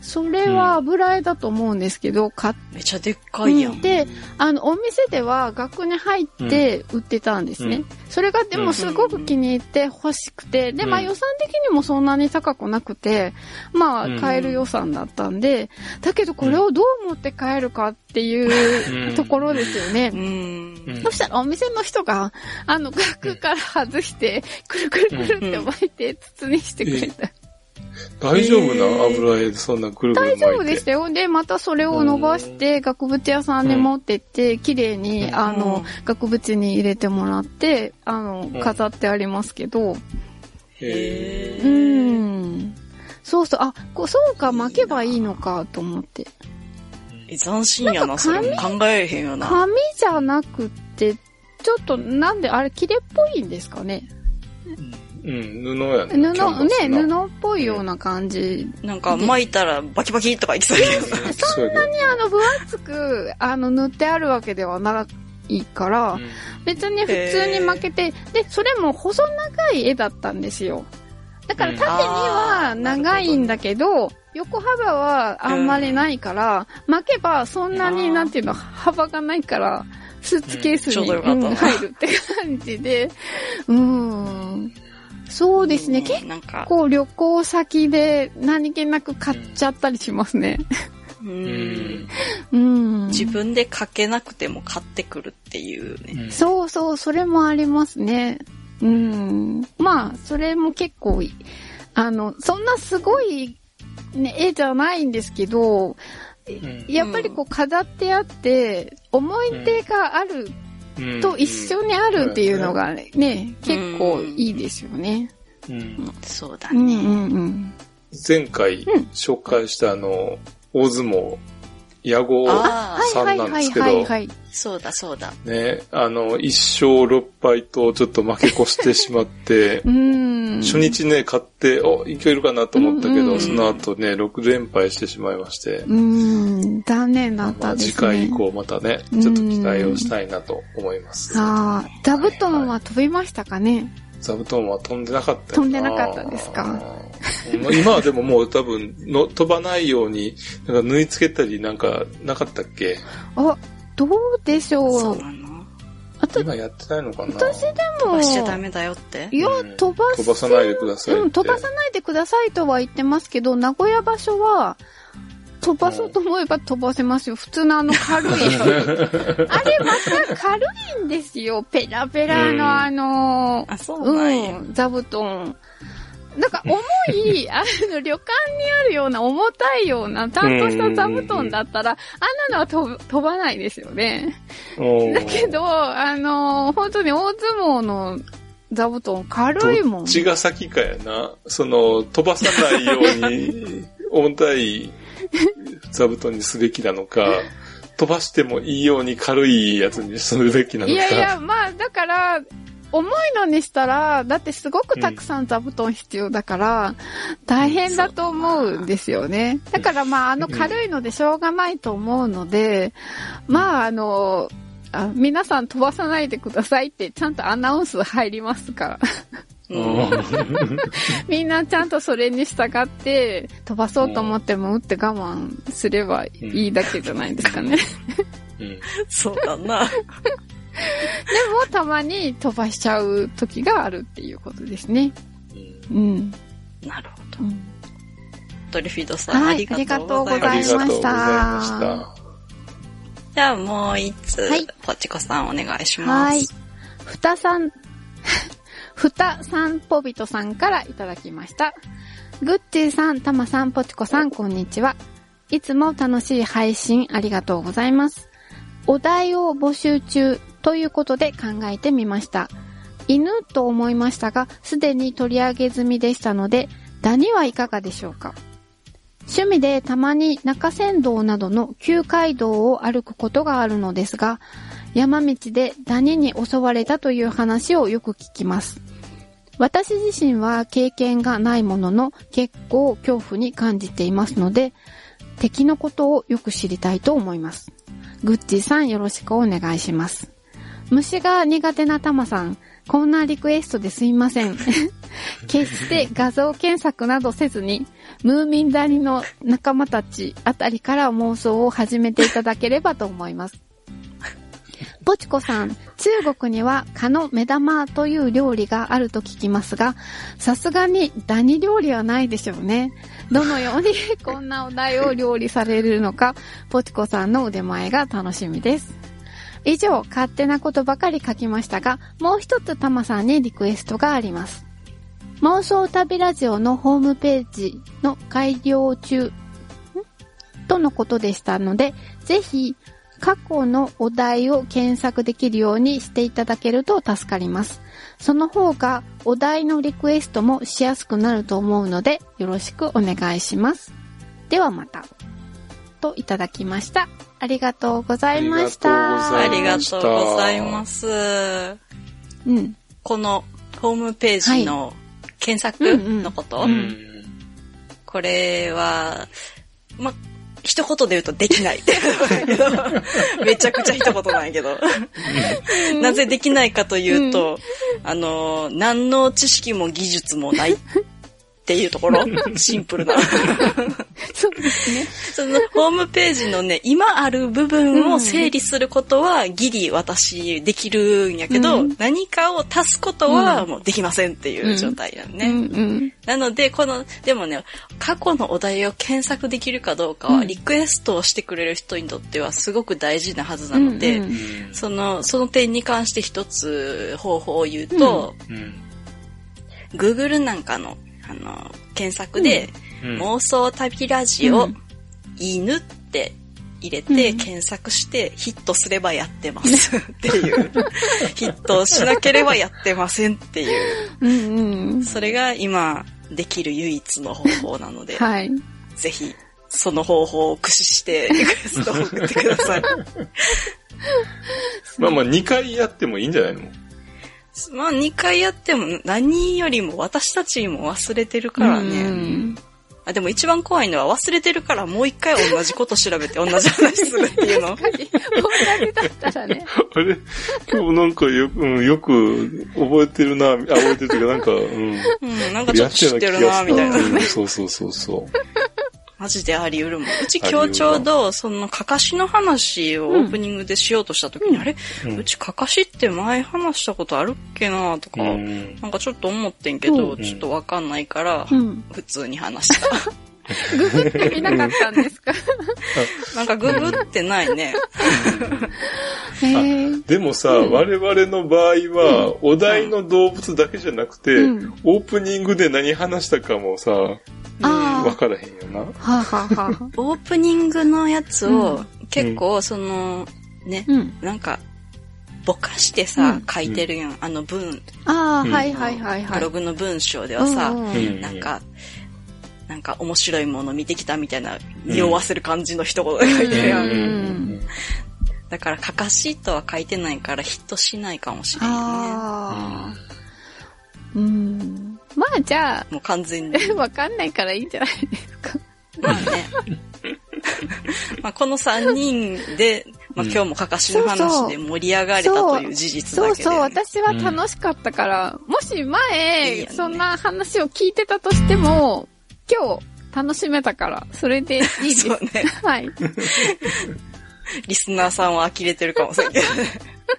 それは油絵だと思うんですけど、買っめちゃでっかいやん。 うん、で、あの、お店では額に入って売ってたんですね。うん、それがでもすごく気に入って欲しくて、で、まあ予算的にもそんなに高くなくて、まあ買える予算だったんで、だけどこれをどう持って帰るかっていうところですよね。うんうん、そしたらお店の人が、あの、額から外して、くるくるくるって巻いて筒にしてくれた。 大丈夫な油絵でそんなくるくる巻いて。 大丈夫でしたよ。で、またそれを伸ばして、額縁屋さんに持ってって、綺麗に、あの、額縁に入れてもらって、あの、飾ってありますけど。 へー。うん。そうそう、あ、こうそうか、巻けばいいのか、と思って。 斬新やな、それも考えへんよな。 紙じゃなくて、ちょっと、なんで、あれ、切れっぽいんですかね。 うん、布やね。 布、ね、布っぽいような感じ。 なんか巻いたらバキバキとかいきそうやけど。 そんなにあの分厚く、あの塗ってあるわけではないから、うん、別に普通に巻けて、で、それも細長い絵だったんですよ。だから縦には長いんだけど、横幅はあんまりないから、巻けばそんなになんていうの、幅がないから、スーツケースに、うん、入るって感じで、うーん。そうですね。結構旅行先で何気なく買っちゃったりしますね。 うん。うん。自分で書けなくても買ってくるっていうね。 うん、そうそう、それもありますね。うん。まあ、それも結構、あの、そんなすごい、ね、絵じゃないんですけど、うん、やっぱりこう飾ってあって、思い出がある、うんと一緒にあるっていうのがね、うんうん、結構いいですよね。 うんうん、そうだね、うんうんうん。 前回紹介したあの、大相撲、矢後さんなんですけど、 そうだそうだ。 ね、あの、一勝六敗とちょっと負け越してしまって、うん初日ね、勝って、お、いけるかなと思ったけど、うんうん、その後ね、ろく連敗してしまいまして、 うん、残念だったですね。 まあ、次回以降またね、ちょっと期待をしたいなと思います。 ああ、座布団は飛びましたかね？ 座布団は飛んでなかったよな。飛んでなかったですか？ 今はでももう多分の飛ばないようになんか縫い付けたりなんかなかったっけ？ あ、どうでしょう。そうなの？ あと今やってないのかな？ 私でも飛ばしちゃダメだよって。 いや、飛ば飛ばさないでくださいって。 うん、飛ばさないでくださいとは言ってますけど、名古屋場所は飛ばそうと思えば飛ばせますよ。普通のあの軽い。あれまた軽いんですよ。ペラペラのあの、 うん、あ、そうなんや。 うん、座布団。なんか重い、あの、旅館にあるような重たいような、ちゃんとした座布団だったら、あんなのは飛飛ばないですよね。だけど、あの、本当に大相撲の座布団軽いもん。 どっちが先かやな。その、飛ばさないように、重たい座布団にすべきなのか、飛ばしてもいいように軽いやつにするべきなのか。 いやいや、まあ、だから、重いのにしたら、だってすごくたくさん座布団必要だから、うん、大変だと思うんですよね。だからまあ、あの軽いのでしょうがないと思うので、まあ、あの、あ皆さん飛ばさないでくださいってちゃんとアナウンス入りますから。みんなちゃんとそれに従って飛ばそうと思っても打って我慢すればいいだけじゃないですかね。 うん、そうだな。 でもたまに飛ばしちゃう時があるっていうことですね。うん。 なるほど。うん、トリフィードさん、 はい、ありがとうございました。ありがとうございました。 じゃあもう一つ、はい、ポチコさんお願いします。はい。 ふたさん、ふたさんぽびとさんからいただきました。グッチーさん、たまさん、ポチコさん、こんにちは。いつも楽しい配信ありがとうございます。お題を募集中ということで考えてみました。犬と思いましたが、すでに取り上げ済みでしたので、ダニはいかがでしょうか。趣味でたまに中山道などの旧街道を歩くことがあるのですが、山道でダニに襲われたという話をよく聞きます。私自身は経験がないものの結構恐怖に感じていますので、敵のことをよく知りたいと思います。グッチーさんよろしくお願いします。虫が苦手なタマさん、こんなリクエストですいません。 決して画像検索などせずに、ムーミン谷の仲間たちあたりから妄想を始めていただければと思います。ポチコさん、中国には蚊の目玉という料理があると聞きますが、さすがにダニ料理はないでしょうね。どのようにこんなお題を料理されるのか、ポチコさんの腕前が楽しみです。以上、勝手なことばかり書きましたが、もう一つタマさんにリクエストがあります。妄想旅ラジオのホームページの改良中とのことでしたので、ぜひ過去のお題を検索できるようにしていただけると助かります。その方がお題のリクエストもしやすくなると思うので、よろしくお願いします。ではまた。といただきました。ありがとうございました。 ありがとうございます。うん。このホームページの検索のこと、はいうんうん、これは、ま、一言で言うとできないって言うけど、めちゃくちゃ一言なんやけど、なぜできないかというと、うん、あの、何の知識も技術もないっていうところ、シンプルな。 そうですね。 そのホームページのね、今ある部分を整理することはギリ私できるんやけど、うん、何かを足すことはもうできませんっていう状態なのね。うんうんうん、なので、この、でもね、過去のお題を検索できるかどうかは、リクエストをしてくれる人にとってはすごく大事なはずなので、うんうん、その、その点に関して一つ方法を言うと、うんうん、Google なんかのあの、検索で、うん、妄想旅ラジオ、うん、犬って入れて、うん、検索してヒットすればやってますっていう。ヒットしなければやってませんっていう。うんうん、それが今できる唯一の方法なので、はい、ぜひその方法を駆使してリクエストを送ってください。 まあまあにかいやってもいいんじゃないの？ まあにかいやっても何よりも私たちも忘れてるからね。うんあでも一番怖いのは忘れてるからもう一回同じこと調べて同じ話するっていうの。 確かに。同じだったらね。 あれ今日なんかよく、うん、よく覚えてるな、あ、覚えてるというかなんか、うん。 うん、なんかちょっと知ってるな、みたいな、 うん。そうそうそうそう。 マジであり得るもん。うち今日ちょうど、その、かかしの話をオープニングでしようとしたときに、うん、あれ、うん、うちかかしって前話したことあるっけなとか、うん、なんかちょっと思ってんけど、うん、ちょっとわかんないから、うん、普通に話した。 ググってみなかったんですか？ なんかググってないね。 へでもさ、うん、我々の場合は、うん、お題の動物だけじゃなくて、うん、オープニングで何話したかもさ、わからへんよな。はあはあはあ、オープニングのやつを、結構その、ね、うん、なんか、ぼかしてさ、うん、書いてるやん、あの文。 ああ、はいはいはいはい。 ブログの文章ではさ、うん、なんか、なんか面白いもの見てきたみたいな、匂わせる感じの一言が書いてるやん。うん、だから、かかしとは書いてないからヒットしないかもしれないね。あうん、うんまあじゃあ。 もう完全に。 わかんないからいいんじゃないですか。 まあね。まあこのさんにんで、まあ今日もかかしの話で盛り上がれたという事実だけで、ね。そうそう、 私は楽しかったから、うん、もし前、そんな話を聞いてたとしても、今日楽しめたから、それでいいです。そうね。はい。 リスナーさんは呆れてるかもしれないけどね。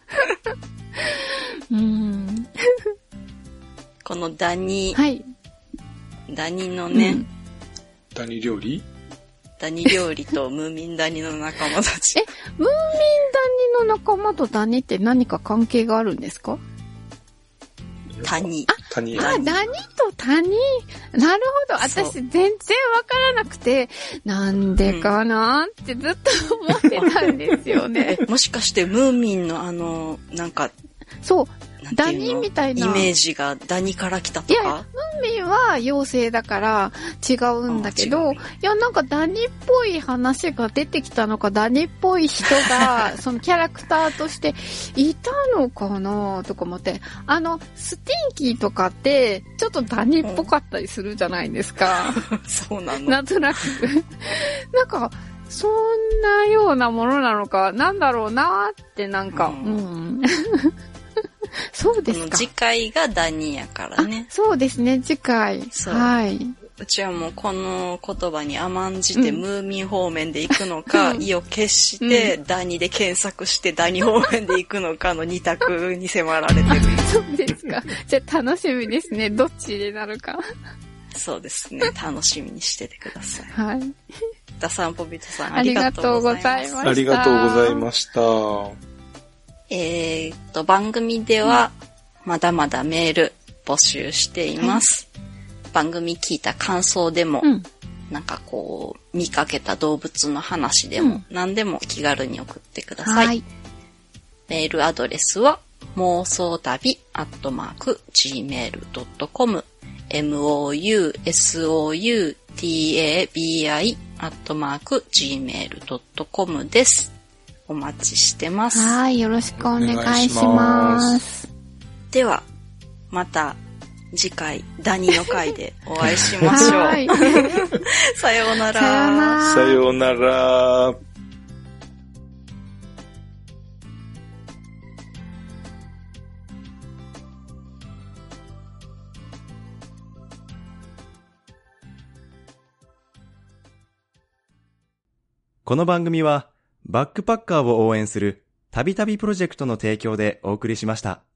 うーん。 このダニ、 はい、 ダニのね、うん、 ダニ料理ダニ料理とムーミンダニの仲間たち。 え、ムーミンダニの仲間とダニって何か関係があるんですか？ 谷。 あ、 谷。 あ、ダニと谷。なるほど。私全然わからなくて、なんでかなってずっと思ってたんですよね。 もしかしてムーミンのあの、なんか、 そう。ダニみたいな。 イメージがダニから来たとか？いや、ムーミンは妖精だから違うんだけど、いや、なんかダニっぽい話が出てきたのか、ダニっぽい人が、そのキャラクターとしていたのかなとか思って、あの、スティンキーとかって、ちょっとダニっぽかったりするじゃないですか。 そうなの？ なんとなく。なんか、そんなようなものなのか、なんだろうなーってなんか、うん。うんそうですか。 次回がダニやからね。 そうですね、次回。はい。 うちはもうこの言葉に甘んじて、うん、ムーミン方面で行くのか、うん、意を決して、うん、ダニで検索してダニ方面で行くのかの二択に迫られてる。 そうですか。じゃあ楽しみですね。どっちになるか。 そうですね。楽しみにしててください。 はい。 ダサンポビトさんありがとうございました。 ありがとうございました。 えーっと、番組ではまだまだメール募集しています。はい、番組聞いた感想でも、うん、なんかこう、見かけた動物の話でも、うん、何でも気軽に送ってください。はい、メールアドレスは、妄想旅アットマーク ジーメールドットコム mousouTabi アットマーク ジーメールドットコム です。お待ちしてます。 はい、よろしくお願いします。 では、また次回、ダニの回でお会いしましょう。はい、さようなら。 さようなら。 さようなら。 この番組はバックパッカーを応援するたびたびプロジェクトの提供でお送りしました。